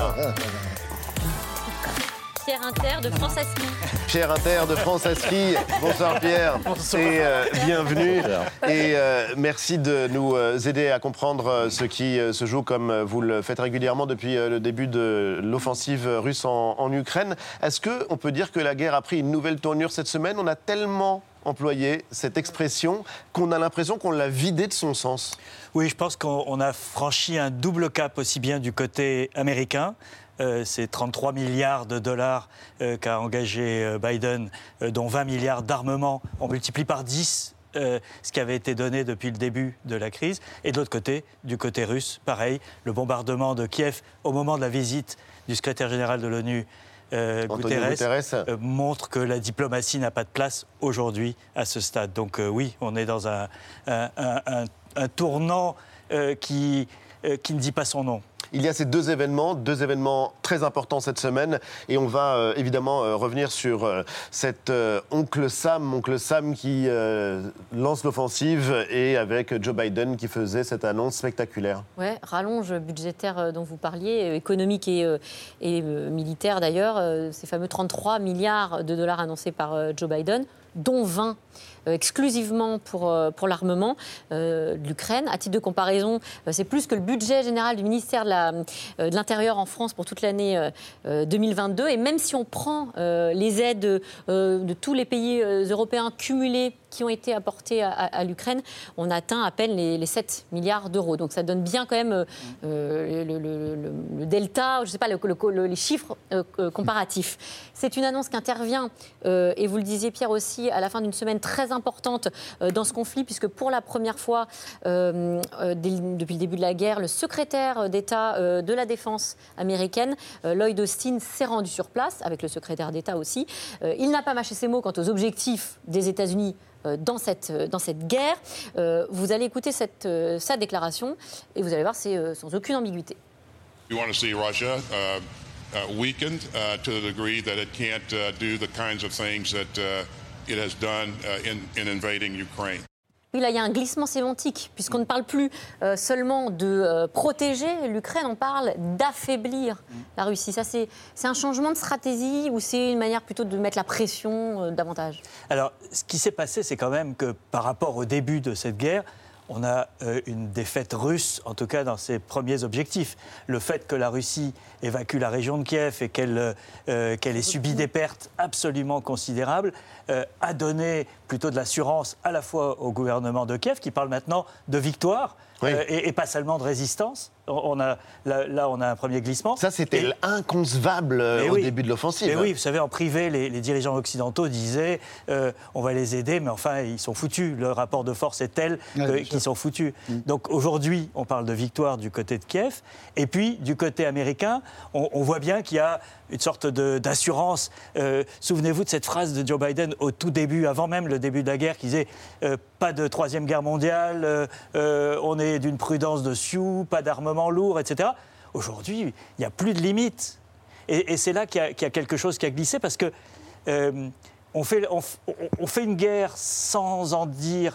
Pierre Inter de France Aski. Pierre Inter de France Aski. Bonsoir Pierre. Bonsoir. Et euh, bienvenue. Et euh, merci de nous euh, aider à comprendre euh, ce qui euh, se joue comme vous le faites régulièrement depuis euh, le début de l'offensive russe en, en Ukraine. Est-ce qu'on peut dire que la guerre a pris une nouvelle tournure cette semaine? On a tellement employé cette expression qu'on a l'impression qu'on l'a vidée de son sens. Oui, je pense qu'on a franchi un double cap aussi bien du côté américain. Euh, c'est trente-trois milliards de dollars euh, qu'a engagé euh, Biden, euh, dont vingt milliards d'armement. On multiplie par dix euh, ce qui avait été donné depuis le début de la crise. Et de l'autre côté, du côté russe, pareil, le bombardement de Kiev au moment de la visite du secrétaire général de l'ONU, euh, Guterres, Guterres. Euh, montre que la diplomatie n'a pas de place aujourd'hui à ce stade. Donc euh, oui, on est dans un, un, un, un, un tournant euh, qui, euh, qui ne dit pas son nom. Il y a ces deux événements, deux événements très importants cette semaine, et on va euh, évidemment euh, revenir sur euh, cet euh, oncle Sam, oncle Sam qui euh, lance l'offensive, et avec Joe Biden qui faisait cette annonce spectaculaire. Ouais, rallonge budgétaire dont vous parliez, économique et, euh, et euh, militaire d'ailleurs, euh, ces fameux trente-trois milliards de dollars annoncés par euh, Joe Biden, dont vingt euh, exclusivement pour, euh, pour l'armement euh, de l'Ukraine. À titre de comparaison, euh, c'est plus que le budget général du ministère de, la, euh, de l'Intérieur en France pour toute l'année euh, deux mille vingt-deux. Et même si on prend euh, les aides euh, de tous les pays euh, européens cumulés qui ont été apportés à, à, à l'Ukraine, on atteint à peine les, les sept milliards d'euros. Donc ça donne bien quand même euh, le, le, le, le delta, je ne sais pas, le, le, les chiffres euh, comparatifs. C'est une annonce qui intervient, euh, et vous le disiez Pierre aussi, à la fin d'une semaine très importante euh, dans ce conflit, puisque pour la première fois euh, euh, dès, depuis le début de la guerre, le secrétaire d'État euh, de la Défense américaine, euh, Lloyd Austin, s'est rendu sur place, avec le secrétaire d'État aussi. Euh, il n'a pas mâché ses mots quant aux objectifs des États-Unis Dans cette, dans cette guerre. Euh, vous allez écouter cette, euh, sa déclaration et vous allez voir, c'est euh, sans aucune ambiguïté. We want to see Russia uh, uh, weakened uh, to the degree that it can't uh, do the kinds of things that uh, it has done uh, in, in invading Ukraine. Puis là, il y a un glissement sémantique, puisqu'on ne parle plus euh, seulement de euh, protéger l'Ukraine, on parle d'affaiblir la Russie. Ça, c'est, c'est un changement de stratégie ou c'est une manière plutôt de mettre la pression euh, davantage? Alors, ce qui s'est passé, c'est quand même que par rapport au début de cette guerre, on a euh, une défaite russe, en tout cas dans ses premiers objectifs. Le fait que la Russie évacue la région de Kiev et qu'elle, euh, qu'elle ait subi des pertes absolument considérables euh, a donné plutôt de l'assurance à la fois au gouvernement de Kiev, qui parle maintenant de victoire, oui. euh, et, et pas seulement de résistance. On a, là, là, on a un premier glissement. Ça, c'était et, inconcevable au oui, début de l'offensive. Et oui, vous savez, en privé, les, les dirigeants occidentaux disaient euh, on va les aider, mais enfin, ils sont foutus. Le rapport de force est tel euh, qu'ils sont foutus. Mmh. Donc aujourd'hui, on parle de victoire du côté de Kiev. Et puis, du côté américain, on, on voit bien qu'il y a une sorte de, d'assurance. Euh, souvenez-vous de cette phrase de Joe Biden au tout début, avant même le début de la guerre, qui disait euh, pas de troisième guerre mondiale, euh, euh, on est d'une prudence de sioux, pas d'armement lourd, et cetera. Aujourd'hui, il n'y a plus de limites. Et, et c'est là qu'il y, a, qu'il y a quelque chose qui a glissé, parce que euh, on, fait, on, on fait une guerre sans en dire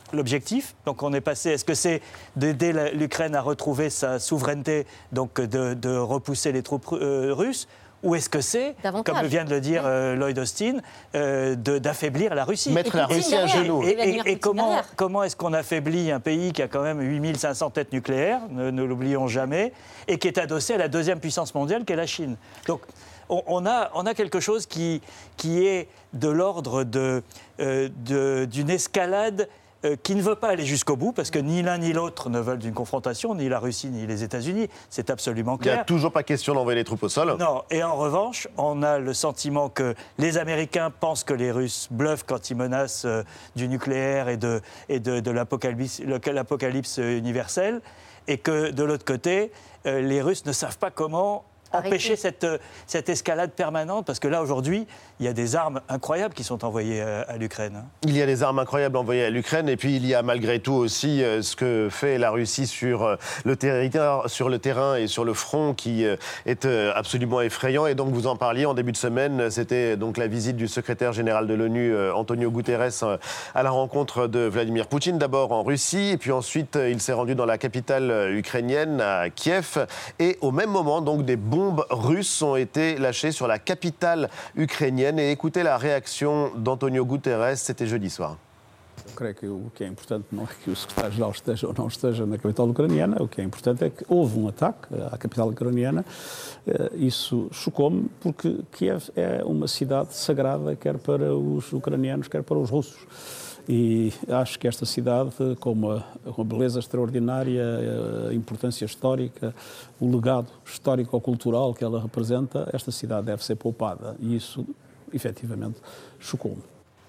l'objectif. Donc on est passé, est-ce que c'est d'aider l'Ukraine à retrouver sa souveraineté, donc de, de repousser les troupes euh, russes, ou est-ce que c'est, Davantage. comme vient de le dire euh, Lloyd Austin, euh, de, d'affaiblir la Russie? Mettre la Russie à genoux. Et, et, et, et comment, comment est-ce qu'on affaiblit un pays qui a quand même huit mille cinq cents têtes nucléaires, ne, ne l'oublions jamais, et qui est adossé à la deuxième puissance mondiale qu'est la Chine? Donc on, on, a, on a quelque chose qui, qui est de l'ordre de, euh, de, d'une escalade Euh, qui ne veut pas aller jusqu'au bout, parce que ni l'un ni l'autre ne veulent d'une confrontation, ni la Russie ni les États-Unis, c'est absolument clair. Il n'y a toujours pas question d'envoyer les troupes au sol. Non, et en revanche, on a le sentiment que les Américains pensent que les Russes bluffent quand ils menacent euh, du nucléaire et de, et de, de l'apocalypse, l'apocalypse universelle, et que de l'autre côté, euh, les Russes ne savent pas comment empêcher cette, cette escalade permanente, parce que là, aujourd'hui, il y a des armes incroyables qui sont envoyées à, à l'Ukraine. Il y a des armes incroyables envoyées à l'Ukraine, et puis il y a malgré tout aussi euh, ce que fait la Russie sur, euh, le territoire, sur le terrain et sur le front, qui euh, est euh, absolument effrayant. Et donc, vous en parliez en début de semaine, c'était donc la visite du secrétaire général de l'ONU, euh, Antonio Guterres, euh, à la rencontre de Vladimir Poutine, d'abord en Russie, et puis ensuite, euh, il s'est rendu dans la capitale euh, ukrainienne, à Kiev, et au même moment, donc, des bombes bombes russes ont été lâchées sur la capitale ukrainienne. Et écoutez la réaction d'Antonio Guterres, c'était jeudi soir. Eu creio que o que é importante não é que o secretário-geral esteja ou não esteja na capital ucraniana, o que é importante é que houve um ataque à capital ucraniana. Isso chocou-me porque Kiev é uma cidade sagrada, quer para os ucranianos, quer para os russos. E acho que esta cidade, com uma, uma beleza extraordinária, a importância histórica, o legado histórico-cultural que ela representa, esta cidade deve ser poupada. E isso, efetivamente, chocou-me.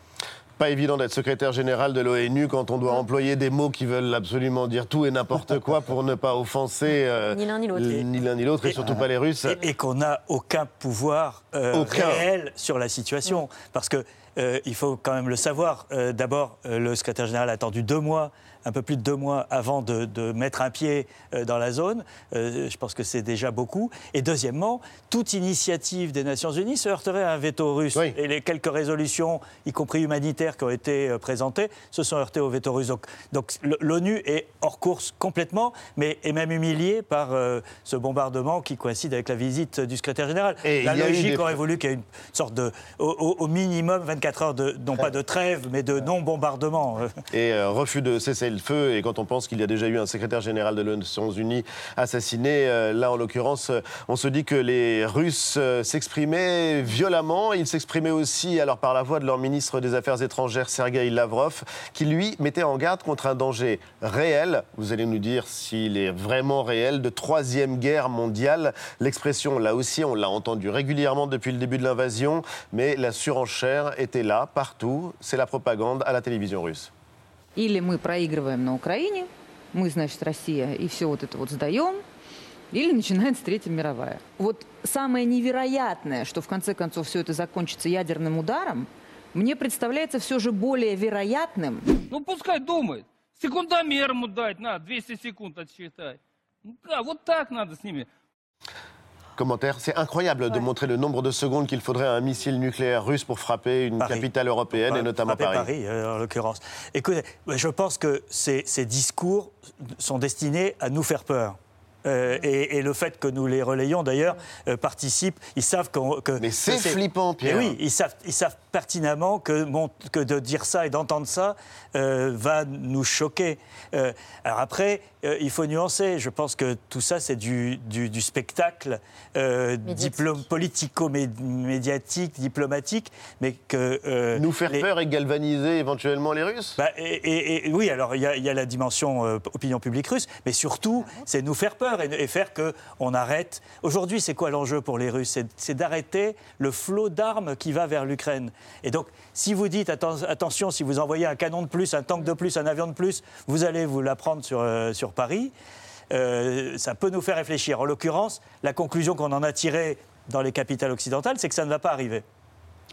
Pas évident d'être secrétaire général de l'ONU quand on doit employer des mots qui veulent absolument dire tout et n'importe quoi pour ne pas offenser euh, ni l'un ni l'autre, ni l'un ni l'autre, et, et surtout pas les Russes. Et, et qu'on n'a aucun pouvoir euh, aucun. réel sur la situation. Parce que euh, il faut quand même le savoir. Euh, d'abord, euh, le secrétaire général a attendu deux mois, un peu plus de deux mois avant de, de mettre un pied euh, dans la zone. Euh, je pense que c'est déjà beaucoup. Et deuxièmement, toute initiative des Nations Unies se heurterait à un veto russe. Oui. Et les quelques résolutions, y compris humanitaires, qui ont été euh, présentées, se sont heurtées au veto russe. Donc, donc l'ONU est hors course complètement, mais est même humiliée par euh, ce bombardement qui coïncide avec la visite du secrétaire général. Et la logique des... aurait voulu qu'il y ait une sorte de, au, au minimum, vingt-quatre heures, de, non pas de trêve, mais de non-bombardement. Et euh, refus de cesser le feu, et quand on pense qu'il y a déjà eu un secrétaire général de Nations Unies assassiné, euh, là en l'occurrence, on se dit que les Russes euh, s'exprimaient violemment. Ils s'exprimaient aussi alors par la voix de leur ministre des Affaires étrangères, Sergueï Lavrov, qui lui mettait en garde contre un danger réel, vous allez nous dire s'il est vraiment réel, de troisième guerre mondiale. L'expression, là aussi, on l'a entendu régulièrement depuis le début de l'invasion, mais la surenchère était là, partout. C'est la propagande à la télévision russe. Или мы проигрываем на Украине, мы, значит, Россия, и все вот это вот сдаем, или начинается Третья мировая. Вот самое невероятное, что в конце концов все это закончится ядерным ударом, мне представляется все же более вероятным. Ну пускай думает. Секундомер ему дать, надо, двести секунд отсчитать. Ну да, вот так надо с ними. Commentaire, c'est incroyable ouais. de montrer le nombre de secondes qu'il faudrait à un missile nucléaire russe pour frapper une Paris. capitale européenne, et notamment Paris. Paris, en l'occurrence. Écoutez, je pense que ces, ces discours sont destinés à nous faire peur. Euh, et, et le fait que nous les relayons, d'ailleurs, euh, participe. Ils savent qu'on, que... Mais c'est, c'est flippant, Pierre. Mais oui, ils savent, ils savent pertinemment que, bon, que de dire ça et d'entendre ça euh, va nous choquer. Euh, alors après, euh, il faut nuancer. Je pense que tout ça, c'est du, du, du spectacle euh, diplôme, politico-médiatique, diplomatique, mais que... Euh, nous faire les... peur et galvaniser éventuellement les Russes bah, et, et, et, oui, alors il y, y a la dimension euh, opinion publique russe, mais surtout, c'est nous faire peur et, et faire qu'on arrête. Aujourd'hui, c'est quoi l'enjeu pour les Russes ? c'est, c'est d'arrêter le flot d'armes qui va vers l'Ukraine. Et donc, si vous dites, atten- attention, si vous envoyez un canon de plus, un tank de plus, un avion de plus, vous allez vous la prendre sur, euh, sur Paris, euh, ça peut nous faire réfléchir. En l'occurrence, la conclusion qu'on en a tirée dans les capitales occidentales, c'est que ça ne va pas arriver. Oui.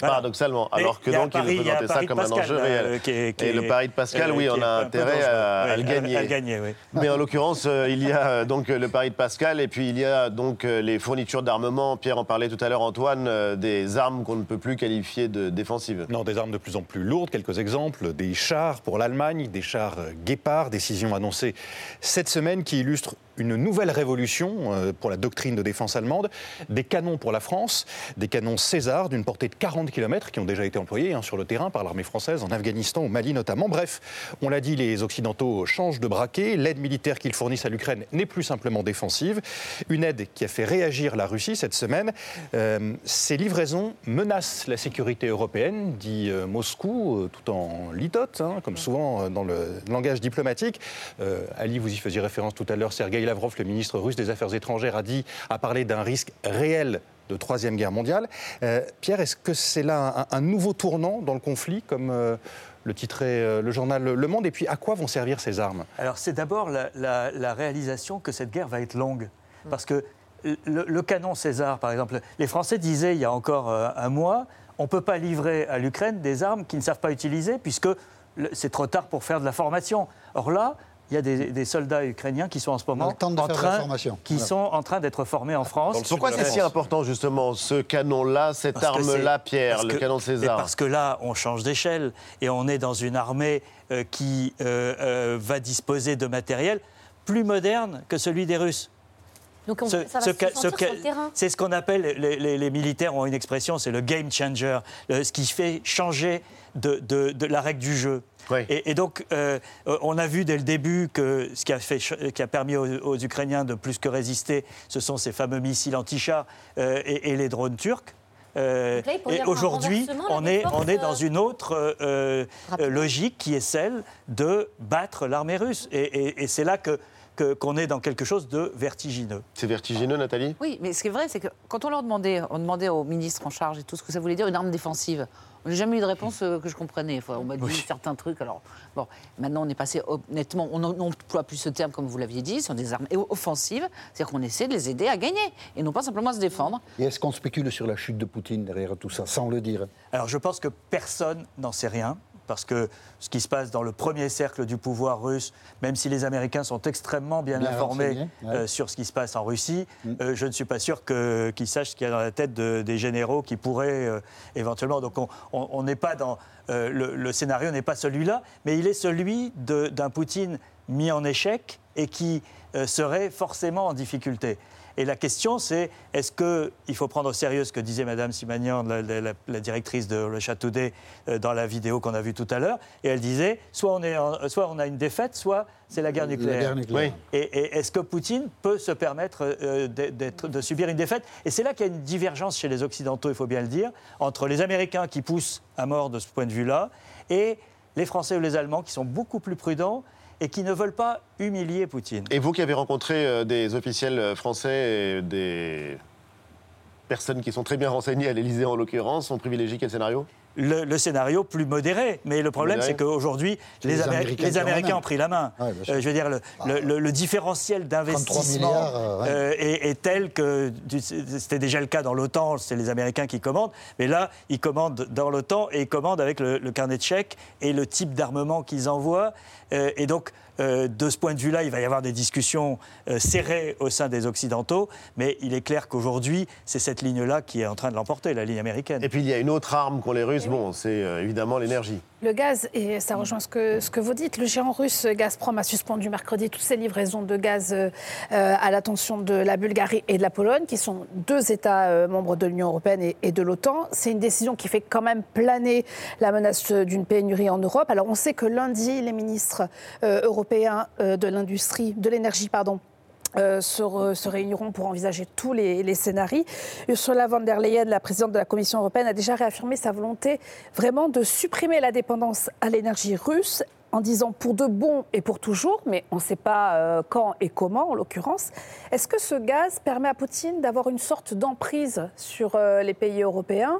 Paradoxalement, alors que donc il présentait ça comme un enjeu réel. Euh, qui est, qui et le pari de Pascal, euh, oui, on a intérêt à, oui, à le gagner. À, à le gagner oui. Mais en l'occurrence, euh, il y a euh, donc le pari de Pascal et puis il y a donc euh, les fournitures d'armement. Pierre en parlait tout à l'heure, Antoine, euh, des armes qu'on ne peut plus qualifier de défensives. Non, des armes de plus en plus lourdes. Quelques exemples, des chars pour l'Allemagne, des chars Guépard, décision annoncée cette semaine qui illustre une nouvelle révolution pour la doctrine de défense allemande, des canons pour la France, des canons César d'une portée de quarante kilomètres qui ont déjà été employés hein, sur le terrain par l'armée française, en Afghanistan, au Mali notamment. Bref, on l'a dit, les Occidentaux changent de braquet. L'aide militaire qu'ils fournissent à l'Ukraine n'est plus simplement défensive. Une aide qui a fait réagir la Russie cette semaine. Euh, ces livraisons menacent la sécurité européenne, dit euh, Moscou, euh, tout en litote, hein, comme souvent euh, dans le langage diplomatique. Euh, Ali, vous y faisiez référence tout à l'heure, Sergueï Lavrov, le ministre russe des Affaires étrangères, a dit, a parlé d'un risque réel de Troisième Guerre mondiale. Euh, Pierre, est-ce que c'est là un, un nouveau tournant dans le conflit, comme euh, le titrait euh, le journal Le Monde? Et puis, à quoi vont servir ces armes? Alors, c'est d'abord la, la, la réalisation que cette guerre va être longue. Parce que le, le canon César, par exemple, les Français disaient il y a encore euh, un mois, on ne peut pas livrer à l'Ukraine des armes qu'ils ne savent pas utiliser, puisque c'est trop tard pour faire de la formation. Or là, il y a des, des soldats ukrainiens qui sont en ce moment en train, qui voilà. sont en train d'être formés en France. Pourquoi c'est si important justement ce canon-là, cette parce arme-là, Pierre, le que, canon César? Parce que là, on change d'échelle et on est dans une armée euh, qui euh, euh, va disposer de matériel plus moderne que celui des Russes. Donc on, ce, ça va ce, se sentir ce, sur le terrain. C'est ce qu'on appelle, les, les, les militaires ont une expression, c'est le game changer, le, ce qui fait changer de, de, de la règle du jeu. Oui. Et, et donc, euh, on a vu dès le début que ce qui a, fait, qui a permis aux, aux Ukrainiens de plus que résister, ce sont ces fameux missiles anti-chars euh, et, et les drones turcs. Euh, là, et aujourd'hui, on est, on est dans une autre euh, euh, logique qui est celle de battre l'armée russe. Et, et, et c'est là que qu'on est dans quelque chose de vertigineux. C'est vertigineux, Nathalie? Oui, mais ce qui est vrai, c'est que quand on leur demandait, on demandait aux ministres en charge et tout ce que ça voulait dire, une arme défensive, on n'a jamais eu de réponse que je comprenais. Enfin, on m'a dit oui. certains trucs. Alors, bon, maintenant, on est passé, honnêtement, on n'emploie plus ce terme, comme vous l'aviez dit, sur des armes offensives, c'est-à-dire qu'on essaie de les aider à gagner, et non pas simplement à se défendre. Et est-ce qu'on spécule sur la chute de Poutine derrière tout ça, sans le dire? Alors, je pense que personne n'en sait rien. Parce que ce qui se passe dans le premier cercle du pouvoir russe, même si les Américains sont extrêmement bien, bien informés renseigné, ouais. euh, sur ce qui se passe en Russie, mm. euh, je ne suis pas sûr que, qu'ils sachent ce qu'il y a dans la tête de, des généraux qui pourraient euh, éventuellement... Donc on n'est pas dans... Euh, le, le scénario n'est pas celui-là, mais il est celui de, d'un Poutine mis en échec et qui euh, serait forcément en difficulté. Et la question, c'est est-ce qu'il faut prendre au sérieux ce que disait Mme Simanian, la, la, la directrice de Russia Today, euh, dans la vidéo qu'on a vue tout à l'heure. Et elle disait, soit on, est en, soit on a une défaite, soit c'est la guerre nucléaire. La guerre nucléaire. Oui. Et, et est-ce que Poutine peut se permettre euh, d'être, de subir une défaite? Et c'est là qu'il y a une divergence chez les Occidentaux, il faut bien le dire, entre les Américains qui poussent à mort de ce point de vue-là et les Français ou les Allemands qui sont beaucoup plus prudents et qui ne veulent pas humilier Poutine. Et vous qui avez rencontré euh, des officiels français et des personnes qui sont très bien renseignées à l'Élysée en l'occurrence, on privilégie quel scénario? Le, le scénario plus modéré. Mais le problème, modéré. c'est qu'aujourd'hui, les, les Américains, les Américains ont pris la main. Ouais, euh, je veux dire, le, ah, le, le, le différentiel d'investissement euh, ouais. euh, est, est tel que c'était déjà le cas dans l'OTAN, c'est les Américains qui commandent, mais là, ils commandent dans l'OTAN et ils commandent avec le, le carnet de chèques et le type d'armement qu'ils envoient. Euh, et donc, euh, de ce point de vue-là, il va y avoir des discussions euh, serrées au sein des Occidentaux, mais il est clair qu'aujourd'hui, c'est cette ligne-là qui est en train de l'emporter, la ligne américaine. Et puis, il y a une autre arme qu'ont les Russes, bon, c'est euh, évidemment l'énergie. Le gaz, et ça rejoint ce que, ce que vous dites, le géant russe Gazprom a suspendu mercredi toutes ses livraisons de gaz euh, à l'attention de la Bulgarie et de la Pologne, qui sont deux États euh, membres de l'Union européenne et, et de l'OTAN. C'est une décision qui fait quand même planer la menace d'une pénurie en Europe. Alors on sait que lundi, les ministres euh, européens euh, de l'industrie, de l'énergie, pardon, Euh, se, re, se réuniront pour envisager tous les, les scénarios. Ursula von der Leyen, la présidente de la Commission européenne, a déjà réaffirmé sa volonté vraiment de supprimer la dépendance à l'énergie russe en disant pour de bon et pour toujours, mais on ne sait pas euh, quand et comment en l'occurrence. Est-ce que ce gaz permet à Poutine d'avoir une sorte d'emprise sur euh, les pays européens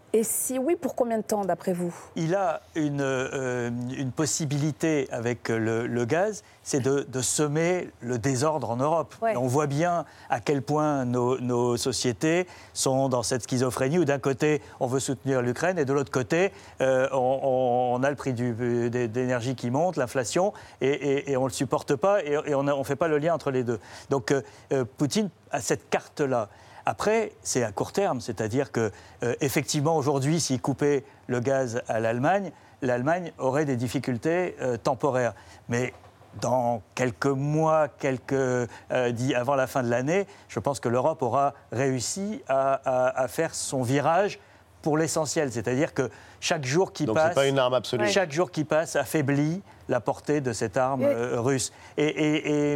Et si oui, pour combien de temps, d'après vous? Il a une, euh, une possibilité avec le, le gaz, c'est de, de semer le désordre en Europe. Ouais. Et on voit bien à quel point nos, nos sociétés sont dans cette schizophrénie où d'un côté, on veut soutenir l'Ukraine et de l'autre côté, euh, on, on a le prix du, de, d'énergie qui monte, l'inflation, et, et, et on ne le supporte pas et, et on ne fait pas le lien entre les deux. Donc euh, Poutine a cette carte-là. Après, c'est à court terme, c'est-à-dire que euh, effectivement aujourd'hui, s'il coupait le gaz à l'Allemagne, l'Allemagne aurait des difficultés euh, temporaires. Mais dans quelques mois, quelques euh, dit avant la fin de l'année, je pense que l'Europe aura réussi à, à, à faire son virage pour l'essentiel, c'est-à-dire que chaque jour qui Donc passe, c'est pas une arme absolue. Chaque jour qui passe affaiblit la portée de cette arme euh, russe. Et, et, et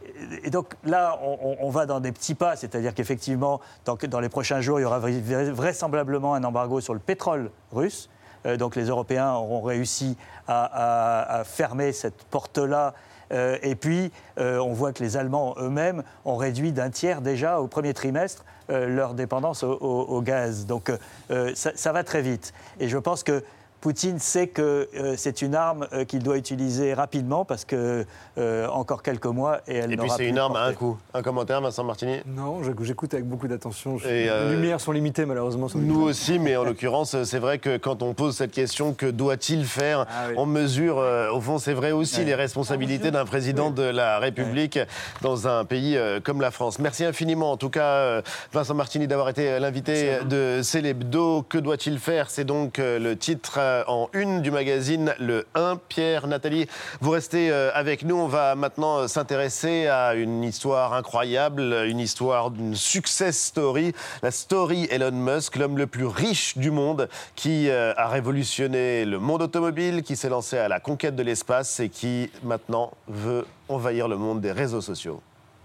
Et donc là, on, on va dans des petits pas, c'est-à-dire qu'effectivement, dans, dans les prochains jours, il y aura vraisemblablement un embargo sur le pétrole russe. Euh, donc les Européens auront réussi à, à, à fermer cette porte-là. Euh, et puis, euh, on voit que les Allemands eux-mêmes ont réduit d'un tiers déjà au premier trimestre euh, leur dépendance au, au, au gaz. Donc euh, ça, ça va très vite. Et je pense que Poutine sait que euh, c'est une arme euh, qu'il doit utiliser rapidement parce que euh, encore quelques mois et elle Et n'aura puis c'est plus une de arme à portée. un coup. Un commentaire, Vincent Martini? Non, j'écoute avec beaucoup d'attention. Et, euh, Les lumières sont limitées malheureusement. Sur Nous aussi, mais en l'occurrence, c'est vrai que quand on pose cette question, que doit-il faire, Ah oui. on mesure, euh, au fond, c'est vrai aussi, Ouais. les responsabilités d'un président de la République dans un pays euh, comme la France. Merci infiniment, en tout cas, euh, Vincent Martini, d'avoir été l'invité de C'est l'Hebdo. Que doit-il faire? C'est donc euh, le titre euh, en une du magazine Le un. Pierre, Nathalie, vous restez euh, avec nous. On va maintenant euh, s'intéresser à une histoire incroyable, une histoire d'une success story, la story Elon Musk, l'homme le plus riche du monde, qui euh, a révolutionné le monde automobile, qui s'est lancé à la conquête de l'espace et qui maintenant veut envahir le monde des réseaux sociaux.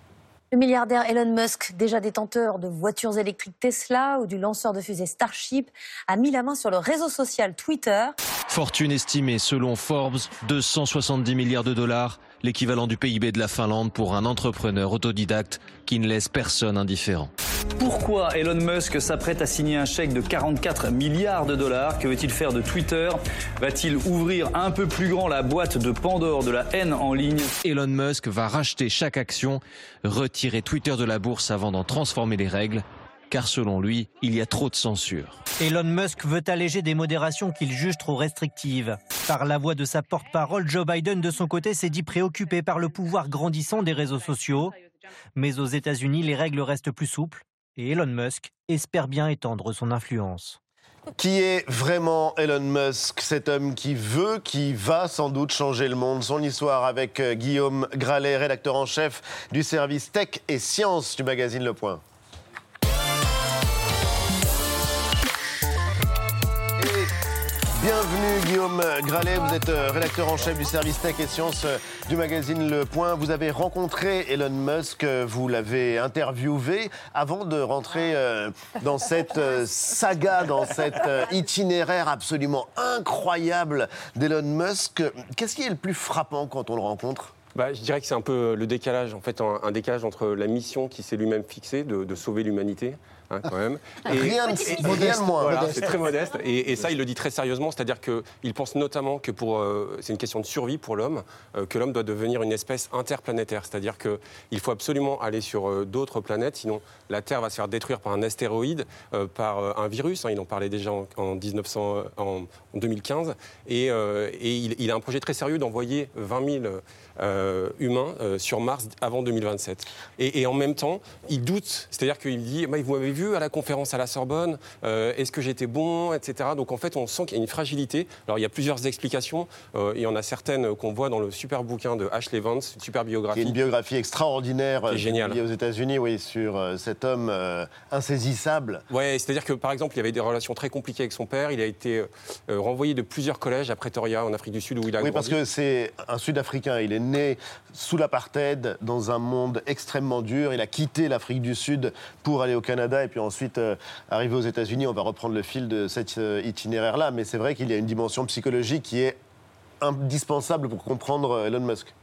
Le milliardaire Elon Musk, déjà détenteur de voitures électriques Tesla ou du lanceur de fusée Starship, a mis la main sur le réseau social Twitter. Fortune estimée selon Forbes, deux cent soixante-dix milliards de dollars, l'équivalent du P I B de la Finlande pour un entrepreneur autodidacte qui ne laisse personne indifférent. Pourquoi Elon Musk s'apprête à signer un chèque de quarante-quatre milliards de dollars? Que veut-il faire de Twitter? Va-t-il ouvrir un peu plus grand la boîte de Pandore de la haine en ligne? Elon Musk va racheter chaque action, retirer Twitter de la bourse avant d'en transformer les règles, car selon lui, il y a trop de censure. Elon Musk veut alléger des modérations qu'il juge trop restrictives. Par la voix de sa porte-parole, Joe Biden, de son côté, s'est dit préoccupé par le pouvoir grandissant des réseaux sociaux. Mais aux États-Unis, les règles restent plus souples et Elon Musk espère bien étendre son influence. Qui est vraiment Elon Musk, cet homme qui veut, qui va sans doute changer le monde? Son histoire avec Guillaume Gralet, rédacteur en chef du service Tech et Sciences du magazine Le Point. Bienvenue Guillaume Gralet, vous êtes rédacteur en chef du service Tech et Sciences du magazine Le Point. Vous avez rencontré Elon Musk, vous l'avez interviewé avant de rentrer dans cette saga, dans cet itinéraire absolument incroyable d'Elon Musk. Qu'est-ce qui est le plus frappant quand on le rencontre ? Bah, je dirais que c'est un peu le décalage, en fait, un, un décalage entre la mission qui s'est lui-même fixée de, de sauver l'humanité, hein, quand même. Et, rien de et, modeste, et, voilà, modeste. c'est très modeste. Et, et ça, il le dit très sérieusement, c'est-à-dire qu'il pense notamment que pour, euh, c'est une question de survie pour l'homme, euh, que l'homme doit devenir une espèce interplanétaire, c'est-à-dire qu'il faut absolument aller sur euh, d'autres planètes, sinon la Terre va se faire détruire par un astéroïde, euh, par euh, un virus. Hein, il en parlait déjà en, en, dix-neuf cents, en, en deux mille quinze, et, euh, et il, il a un projet très sérieux d'envoyer vingt mille Euh, humains euh, sur Mars avant deux mille vingt-sept. Et, et en même temps, il doute, c'est-à-dire qu'il dit bah, « Vous m'avez vu à la conférence à la Sorbonne, euh, est-ce que j'étais bon ?» et cetera. Donc en fait, on sent qu'il y a une fragilité. Alors il y a plusieurs explications. Euh, il y en a certaines qu'on voit dans le super bouquin de Ashley Vance, une super biographie. Qui est une biographie extraordinaire qui est géniale. Publiée aux États-Unis, oui, sur euh, cet homme euh, insaisissable. Ouais, c'est-à-dire que par exemple, il y avait des relations très compliquées avec son père. Il a été euh, renvoyé de plusieurs collèges à Pretoria, en Afrique du Sud, où il a Oui, grandi. parce que c'est un Sud-Africain. Il est né sous l'apartheid, dans un monde extrêmement dur. Il a quitté l'Afrique du Sud pour aller au Canada et puis ensuite euh, arriver aux États-Unis. On va reprendre le fil de cet euh, itinéraire-là. Mais c'est vrai qu'il y a une dimension psychologique qui est indispensable pour comprendre Elon Musk.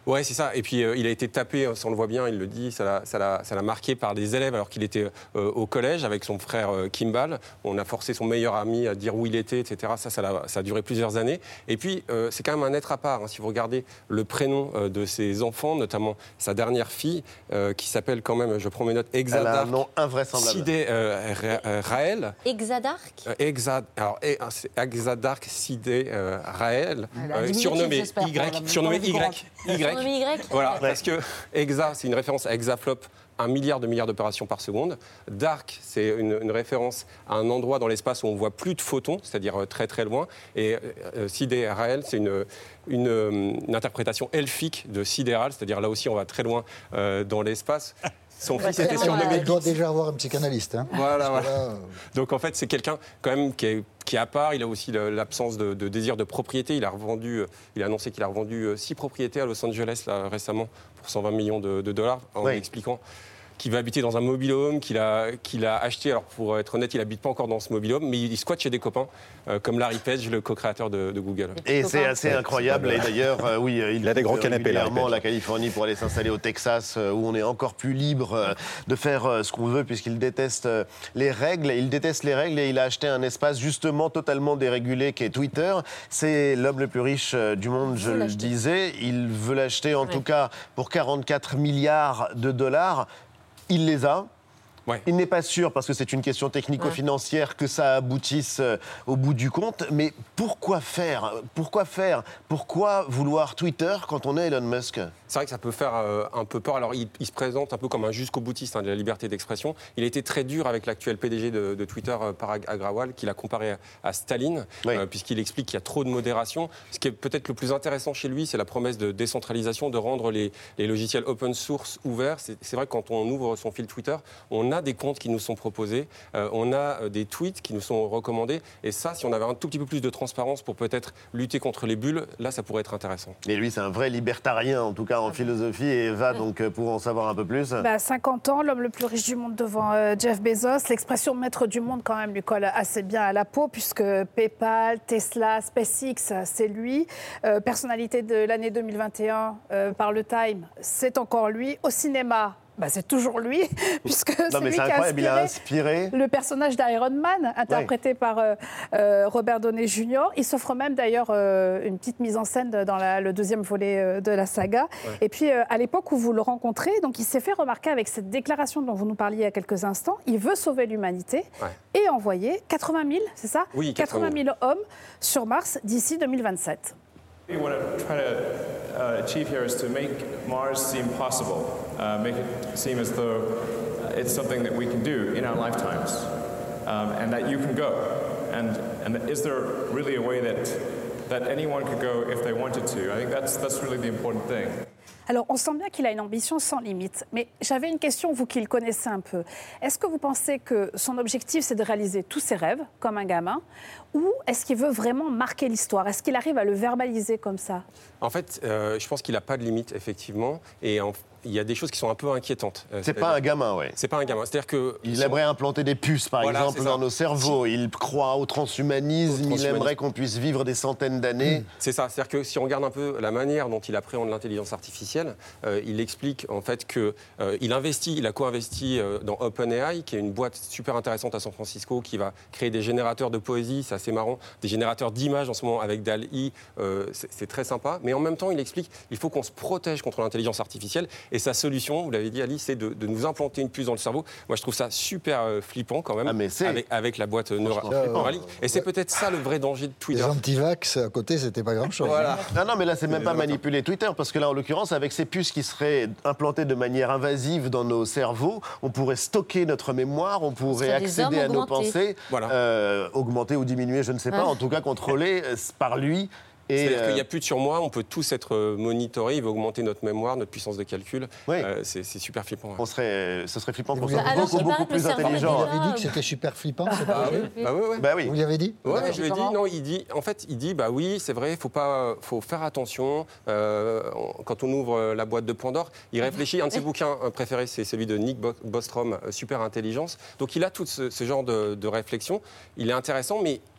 Ouais, c'est ça. Et puis, euh, il a été tapé, ça on le voit bien, il le dit, ça l'a, ça l'a, ça l'a marqué par des élèves alors qu'il était euh, au collège avec son frère euh, Kimball. On a forcé son meilleur ami à dire où il était, et cetera. Ça, ça, l'a, ça a duré plusieurs années. Et puis, euh, c'est quand même un être à part. Hein. Si vous regardez le prénom euh, de ses enfants, notamment sa dernière fille, euh, qui s'appelle quand même, je prends mes notes, Elle a un Exadark nom invraisemblable. Sidé euh, Ra- euh, Raël. Exadark Euh, Exa, alors, eh, c'est Exadark Sidé euh, Raël, Elle a euh, diminutif, surnommé j'espère, pour la- Y, pour surnommé la Y. courante. Surnommé Y. Voilà, Ouais. parce que Exa, c'est une référence à Exaflop, un milliard de milliards d'opérations par seconde. Dark, c'est une, une référence à un endroit dans l'espace où on voit plus de photons, c'est-à-dire euh, très très loin. Et euh, Sidé Raël, c'est une, une, euh, une interprétation elfique de sidéral, c'est-à-dire là aussi on va très loin euh, dans l'espace. Son fils était surnommé. Elle doit déjà avoir un psychanalyste. Hein. Voilà, Parce voilà. que là, euh, Donc en fait, c'est quelqu'un quand même qui est, qui est à part. Il a aussi le- l'absence de, de désir de propriété. Il a revendu, il a annoncé qu'il a revendu euh, six propriétés à Los Angeles là, récemment pour cent vingt millions de, de dollars, en Oui. expliquant qu'il va habiter dans un mobil-home, qu'il a, qu'il a acheté. Alors pour être honnête, il n'habite pas encore dans ce mobil-home, mais il squatte chez des copains, euh, comme Larry Page, le co-créateur de, de Google. Et c'est assez incroyable. Et d'ailleurs, euh, oui, il, Il a des grands canapés, Larry régulièrement Page. la Californie pour aller s'installer au Texas, euh, où on est encore plus libre euh, de faire euh, ce qu'on veut, puisqu'il déteste euh, les règles. Il déteste les règles et il a acheté un espace justement totalement dérégulé qui est Twitter. C'est l'homme le plus riche euh, du monde, je le disais. Il veut l'acheter en tout cas pour quarante-quatre milliards de dollars. Il les a. Ouais. Il n'est pas sûr, parce que c'est une question technico-financière, que ça aboutisse euh, au bout du compte. Mais pourquoi faire Pourquoi faire Pourquoi vouloir Twitter quand on est Elon Musk ? C'est vrai que ça peut faire euh, un peu peur. Alors, il, il se présente un peu comme un jusqu'au-boutiste hein, de la liberté d'expression. Il a été très dur avec l'actuel P D G de, de Twitter, euh, Parag Agrawal, qu'il a comparé à, à Staline, Oui. euh, puisqu'il explique qu'il y a trop de modération. Ce qui est peut-être le plus intéressant chez lui, c'est la promesse de décentralisation, de rendre les, les logiciels open source ouverts. C'est, c'est vrai que quand on ouvre son fil Twitter, on a des comptes qui nous sont proposés, euh, on a euh, des tweets qui nous sont recommandés. Et ça, si on avait un tout petit peu plus de transparence pour peut-être lutter contre les bulles, là, ça pourrait être intéressant. Et lui, c'est un vrai libertarien, en tout cas en philosophie, et Eva, donc, pour en savoir un peu plus. Bah, cinquante ans, l'homme le plus riche du monde devant euh, Jeff Bezos. L'expression maître du monde, quand même, lui colle assez bien à la peau, puisque PayPal, Tesla, SpaceX, c'est lui. Euh, personnalité de l'année deux mille vingt et un euh, par le Time, c'est encore lui. Au cinéma, bah, c'est toujours lui, puisque Non, c'est mais lui c'est qui a incroyable, il a inspiré inspiré. le personnage d'Iron Man, interprété par euh, euh, Robert Downey junior Il s'offre même d'ailleurs euh, une petite mise en scène dans la- le deuxième volet euh, de la saga. Ouais. Et puis, euh, à l'époque où vous le rencontrez, donc il s'est fait remarquer avec cette déclaration dont vous nous parliez il y a quelques instants. Il veut sauver l'humanité Ouais. et envoyer quatre-vingt mille, c'est ça Oui, quatre-vingt mille hommes sur Mars d'ici deux mille vingt-sept. What we want to try to uh, achieve here is to make Mars seem possible, uh, make it seem as though it's something that we can do in our lifetimes, um, and that you can go. And, and is there really a way that, that anyone could go if they wanted to? I think that's, that's really the important thing. Alors, on sent bien qu'il a une ambition sans limite. Mais j'avais une question, vous qui le connaissez un peu. Est-ce que vous pensez que son objectif, c'est de réaliser tous ses rêves, comme un gamin, ou est-ce qu'il veut vraiment marquer l'histoire? Est-ce qu'il arrive à le verbaliser comme ça? En fait, euh, je pense qu'il n'a pas de limite, effectivement. Et en- il y a des choses qui sont un peu inquiétantes. Euh, C'est c'est-à-dire- pas un gamin, ouais. C'est pas un gamin. C'est-à-dire que. Il aimerait implanter des puces, par Voilà, exemple, c'est ça. dans nos cerveaux. Il croit au transhumanisme, Au il transhumanisme. aimerait qu'on puisse vivre des centaines d'années. C'est ça, c'est-à-dire que si on regarde un peu la manière dont il appréhende l'intelligence artificielle, euh, il explique en fait que euh, il investit, il a co-investi euh, dans OpenAI, qui est une boîte super intéressante à San Francisco, qui va créer des générateurs de poésie, c'est assez marrant, des générateurs d'images en ce moment avec D A L L E, euh, c'est c'est très sympa. Mais en même temps, il explique qu'il faut qu'on se protège contre l'intelligence artificielle. Et sa solution, vous l'avez dit Alice, c'est de, de nous implanter une puce dans le cerveau. Moi, je trouve ça super euh, flippant quand même, Ah, mais c'est- avec, avec la boîte neura- Franchement, flippant. Neuralink. Et c'est peut-être ça le vrai danger de Les Twitter. anti-vax à côté, c'était pas grand-chose. Voilà. Non, non, mais là, c'est même pas manipuler Twitter, parce que là, en l'occurrence, avec ces puces qui seraient implantées de manière invasive dans nos cerveaux, on pourrait stocker notre mémoire, on pourrait serait des accéder hommes à nos augmentés. pensées, Voilà. euh, augmenter ou diminuer, je ne sais pas, Ah. en tout cas contrôler euh, par lui. Et, C'est-à-dire qu'il euh, n'y a plus de surmoi, on peut tous être euh, monitorés, il va augmenter notre mémoire, notre puissance de calcul. Oui. Euh, c'est c'est super flippant. ouais. on serait, ce serait flippant qu'on vous soit avez- Alors, beaucoup, il paraît beaucoup que le plus cerveau est intelligent. Vous déjà- avez dit que c'était super flippant, c'est Ah pas oui, vrai bah oui, oui. Bah oui. Vous lui avez dit Ouais, Ouais, je lui ai dit, comment non, il dit, en fait, il dit, bah oui, c'est vrai, faut pas, faut faire attention. euh, on- quand on ouvre euh, la boîte de Pandore, il réfléchit. Un de ses bouquins euh, préférés, c'est celui de Nick Bo- Bostrom, euh, Super Intelligence. Donc il a tout ce, ce genre de, de réflexion. Il est intéressant, mais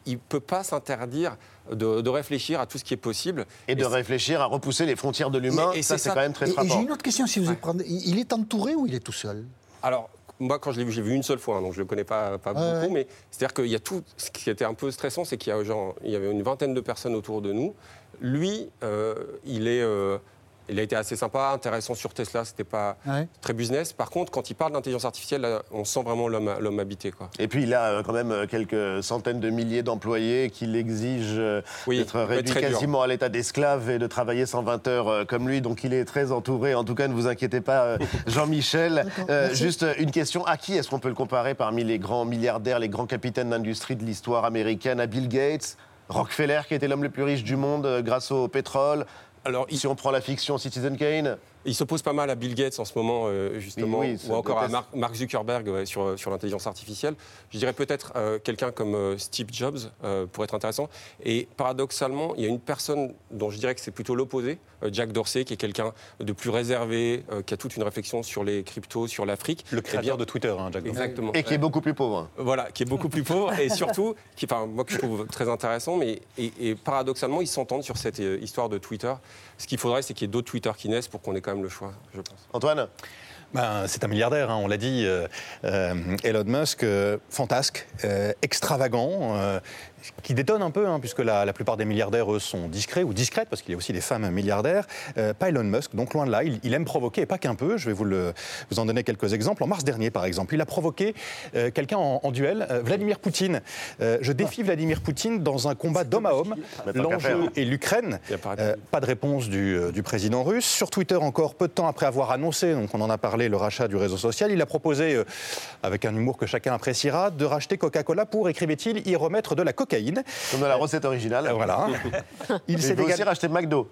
il ne peut pas s'interdire de, de réfléchir à tout ce qui est possible. Et, et de réfléchir à repousser les frontières de l'humain, et, et ça, c'est ça. quand même très frappant. Et, et j'ai une autre question, si vous ouais. prendre... il est entouré ou il est tout seul? Alors, moi, quand je l'ai vu, j'ai vu une seule fois, hein, donc je ne le connais pas, pas ouais, beaucoup, ouais. mais c'est-à-dire qu'il y a tout... Ce qui était un peu stressant, c'est qu'il y a, genre, il y avait une vingtaine de personnes autour de nous. Lui, euh, il est... Euh, Il a été assez sympa, intéressant sur Tesla, c'était pas ouais. très business. Par contre, quand il parle d'intelligence artificielle, là, on sent vraiment l'homme, l'homme habité, quoi. Et puis il a quand même quelques centaines de milliers d'employés qui l'exigent oui, d'être réduit quasiment dur. à l'état d'esclave et de travailler cent vingt heures comme lui. Donc il est très entouré. En tout cas, ne vous inquiétez pas, Jean-Michel. euh, juste une question, à qui est-ce qu'on peut le comparer parmi les grands milliardaires, les grands capitaines d'industrie de l'histoire américaine? À Bill Gates, Rockefeller, qui était l'homme le plus riche du monde grâce au pétrole? Alors, si on prend la fiction Citizen Kane, il s'oppose pas mal à Bill Gates en ce moment, euh, justement, oui, oui, ou encore à Mark, Mark Zuckerberg ouais, sur, sur l'intelligence artificielle. Je dirais peut-être euh, quelqu'un comme euh, Steve Jobs euh, pour être intéressant. Et paradoxalement, il y a une personne dont je dirais que c'est plutôt l'opposé, euh, Jack Dorsey, qui est quelqu'un de plus réservé, euh, qui a toute une réflexion sur les cryptos, sur l'Afrique. Le créateur bien, de Twitter, hein, Jack Dorsey. Exactement. Et qui est beaucoup plus pauvre. Voilà, qui est beaucoup plus pauvre et surtout, qui, enfin, moi que je trouve très intéressant, mais et, et paradoxalement, ils s'entendent sur cette euh, histoire de Twitter. Ce qu'il faudrait, c'est qu'il y ait d'autres Twitter qui naissent pour qu'on ait quand même le choix, je pense. Antoine? Ben, c'est un milliardaire, hein, on l'a dit, euh, euh, Elon Musk, euh, fantasque, euh, extravagant, euh, qui détonne un peu, hein, puisque la, la plupart des milliardaires, eux, sont discrets ou discrètes, parce qu'il y a aussi des femmes milliardaires. Euh, pas Elon Musk, donc loin de là, il, il aime provoquer, et pas qu'un peu. Je vais vous, le, vous en donner quelques exemples. En mars dernier, par exemple, il a provoqué euh, quelqu'un en, en duel, euh, Vladimir Poutine. Euh, je défie Vladimir Poutine dans un combat d'homme à homme. L'enjeu est l'Ukraine. Euh, pas de réponse du, euh, du président russe. Sur Twitter, encore peu de temps après avoir annoncé, donc on en a parlé, le rachat du réseau social, il a proposé, euh, avec un humour que chacun appréciera, de racheter Coca-Cola pour, écrivait-il, y remettre de la cocaïne. Comme dans la recette originale. Euh, voilà. Il s'est égal... aussi racheté McDo.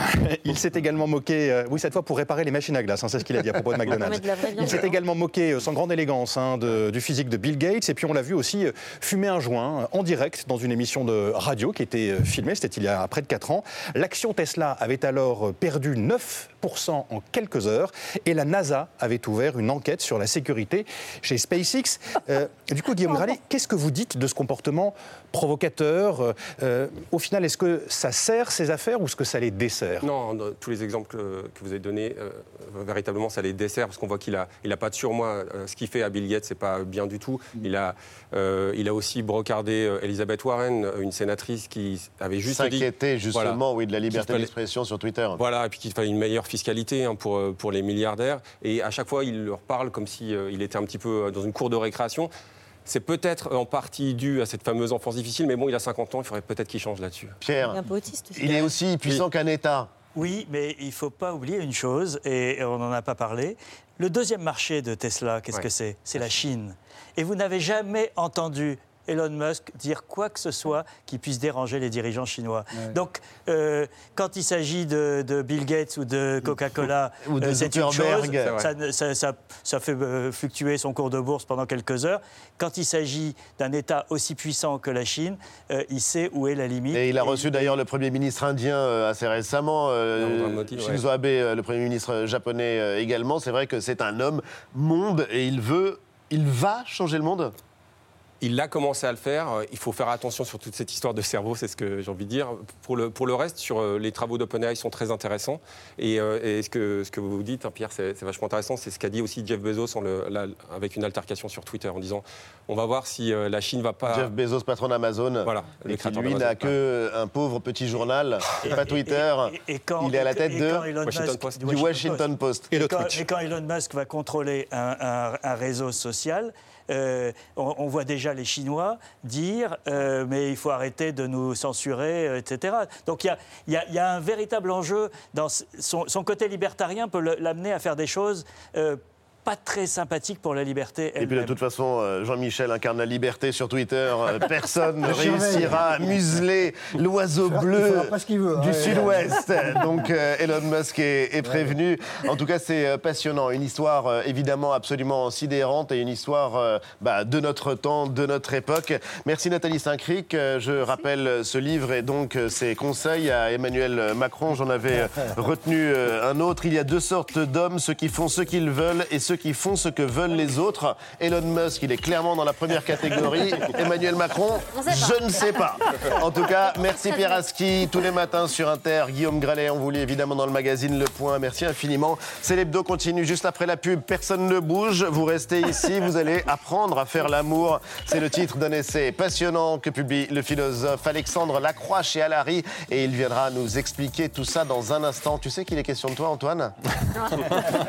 Il s'est également moqué, euh, oui, cette fois pour réparer les machines à glace, hein, c'est ce qu'il a dit à propos de McDonald's. Il s'est également moqué, euh, sans grande élégance, hein, de, du physique de Bill Gates. Et puis on l'a vu aussi euh, fumer un joint euh, en direct dans une émission de radio qui était euh, filmée, c'était il y a près de quatre ans. L'action Tesla avait alors perdu neuf pour cent en quelques heures et la NASA avait ouvert une enquête sur la sécurité chez SpaceX. Euh, du coup, Guillaume Gralet, qu'est-ce que vous dites de ce comportement provocateur? euh, Au final, est-ce que ça sert ces affaires ou est-ce que ça les dessert? Non, tous les exemples que vous avez donnés, euh, véritablement, ça les dessert parce qu'on voit qu'il n'a il a pas de surmoi. Euh, ce qu'il fait à Bill Gates, c'est pas bien du tout. Il a, euh, il a aussi brocardé euh, Elizabeth Warren, une sénatrice qui avait juste dit... S'inquiétait justement, voilà, oui, de la liberté fallait, d'expression sur Twitter. Voilà, et puis qu'il fallait une meilleure fiscalité hein, pour, pour les milliardaires. Et à chaque fois, il leur parle comme s'il si, euh, était un petit peu dans une cour de récréation. C'est peut-être en partie dû à cette fameuse enfance difficile, mais bon, il a cinquante ans, il faudrait peut-être qu'il change là-dessus. Pierre, il est un peu autiste, il est aussi puissant oui. qu'un État. Oui, mais il ne faut pas oublier une chose, et on n'en a pas parlé. Le deuxième marché de Tesla, qu'est-ce ouais. que c'est? C'est la Chine. Et vous n'avez jamais entendu Elon Musk dire quoi que ce soit qui puisse déranger les dirigeants chinois. Ouais. Donc, euh, quand il s'agit de, de Bill Gates ou de Coca-Cola, ou de euh, c'est une chose, ça, ça, ça, ça fait euh, fluctuer son cours de bourse pendant quelques heures. Quand il s'agit d'un État aussi puissant que la Chine, euh, il sait où est la limite. Et il a et reçu il... d'ailleurs le Premier ministre indien euh, assez récemment, euh, motif, Shinzo ouais. Abe, euh, le Premier ministre japonais euh, également. C'est vrai que c'est un homme monde et il veut, il va changer le monde. Il a commencé à le faire. Il faut faire attention sur toute cette histoire de cerveau, c'est ce que j'ai envie de dire. Pour le, pour le reste, sur les travaux d'OpenAI sont très intéressants. Et, euh, et ce, que, ce que vous dites, hein, Pierre, c'est, c'est vachement intéressant. C'est ce qu'a dit aussi Jeff Bezos en le, la, avec une altercation sur Twitter en disant on va voir si euh, la Chine va pas... Jeff Bezos, patron d'Amazon, voilà, et qui lui n'a qu'un pauvre petit journal, et pas Twitter. Et, et, et quand, il est à la tête et, et de Washington Musk, Post. du Washington Post. Post. Et, et, quand, et quand Elon Musk va contrôler un, un, un réseau social... Euh, on, on voit déjà les Chinois dire euh, mais il faut arrêter de nous censurer, euh, et cetera. Donc il y, y, y a un véritable enjeu. Dans son, son côté libertarien peut le, l'amener à faire des choses euh, pas très sympathique pour la liberté elle-même. Et puis de toute façon, Jean-Michel incarne la liberté sur Twitter. Personne ne réussira à museler l'oiseau bleu du ouais, Sud-Ouest. Donc euh, Elon Musk est, est prévenu. En tout cas, c'est passionnant. Une histoire euh, évidemment absolument sidérante et une histoire euh, bah, de notre temps, de notre époque. Merci Nathalie Saint-Cric. Je Merci. rappelle ce livre et donc ses conseils à Emmanuel Macron. J'en avais retenu un autre. Il y a deux sortes d'hommes, ceux qui font ce qu'ils veulent et ceux ceux qui font ce que veulent les autres. Elon Musk, il est clairement dans la première catégorie. Emmanuel Macron, je ne sais pas. En tout cas, merci Pierre Aski, tous les matins sur Inter. Guillaume Gralet, on vous lit évidemment dans le magazine Le Point. Merci infiniment. C'est l'hebdo continue juste après la pub. Personne ne bouge. Vous restez ici. Vous allez apprendre à faire l'amour. C'est le titre d'un essai passionnant que publie le philosophe Alexandre Lacroix chez Alary. Et il viendra nous expliquer tout ça dans un instant. Tu sais qu'il est question de toi, Antoine ?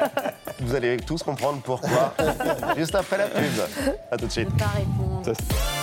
Vous allez tous comprendre pourquoi. Juste après la pub. À tout de suite. Je peux pas répondre.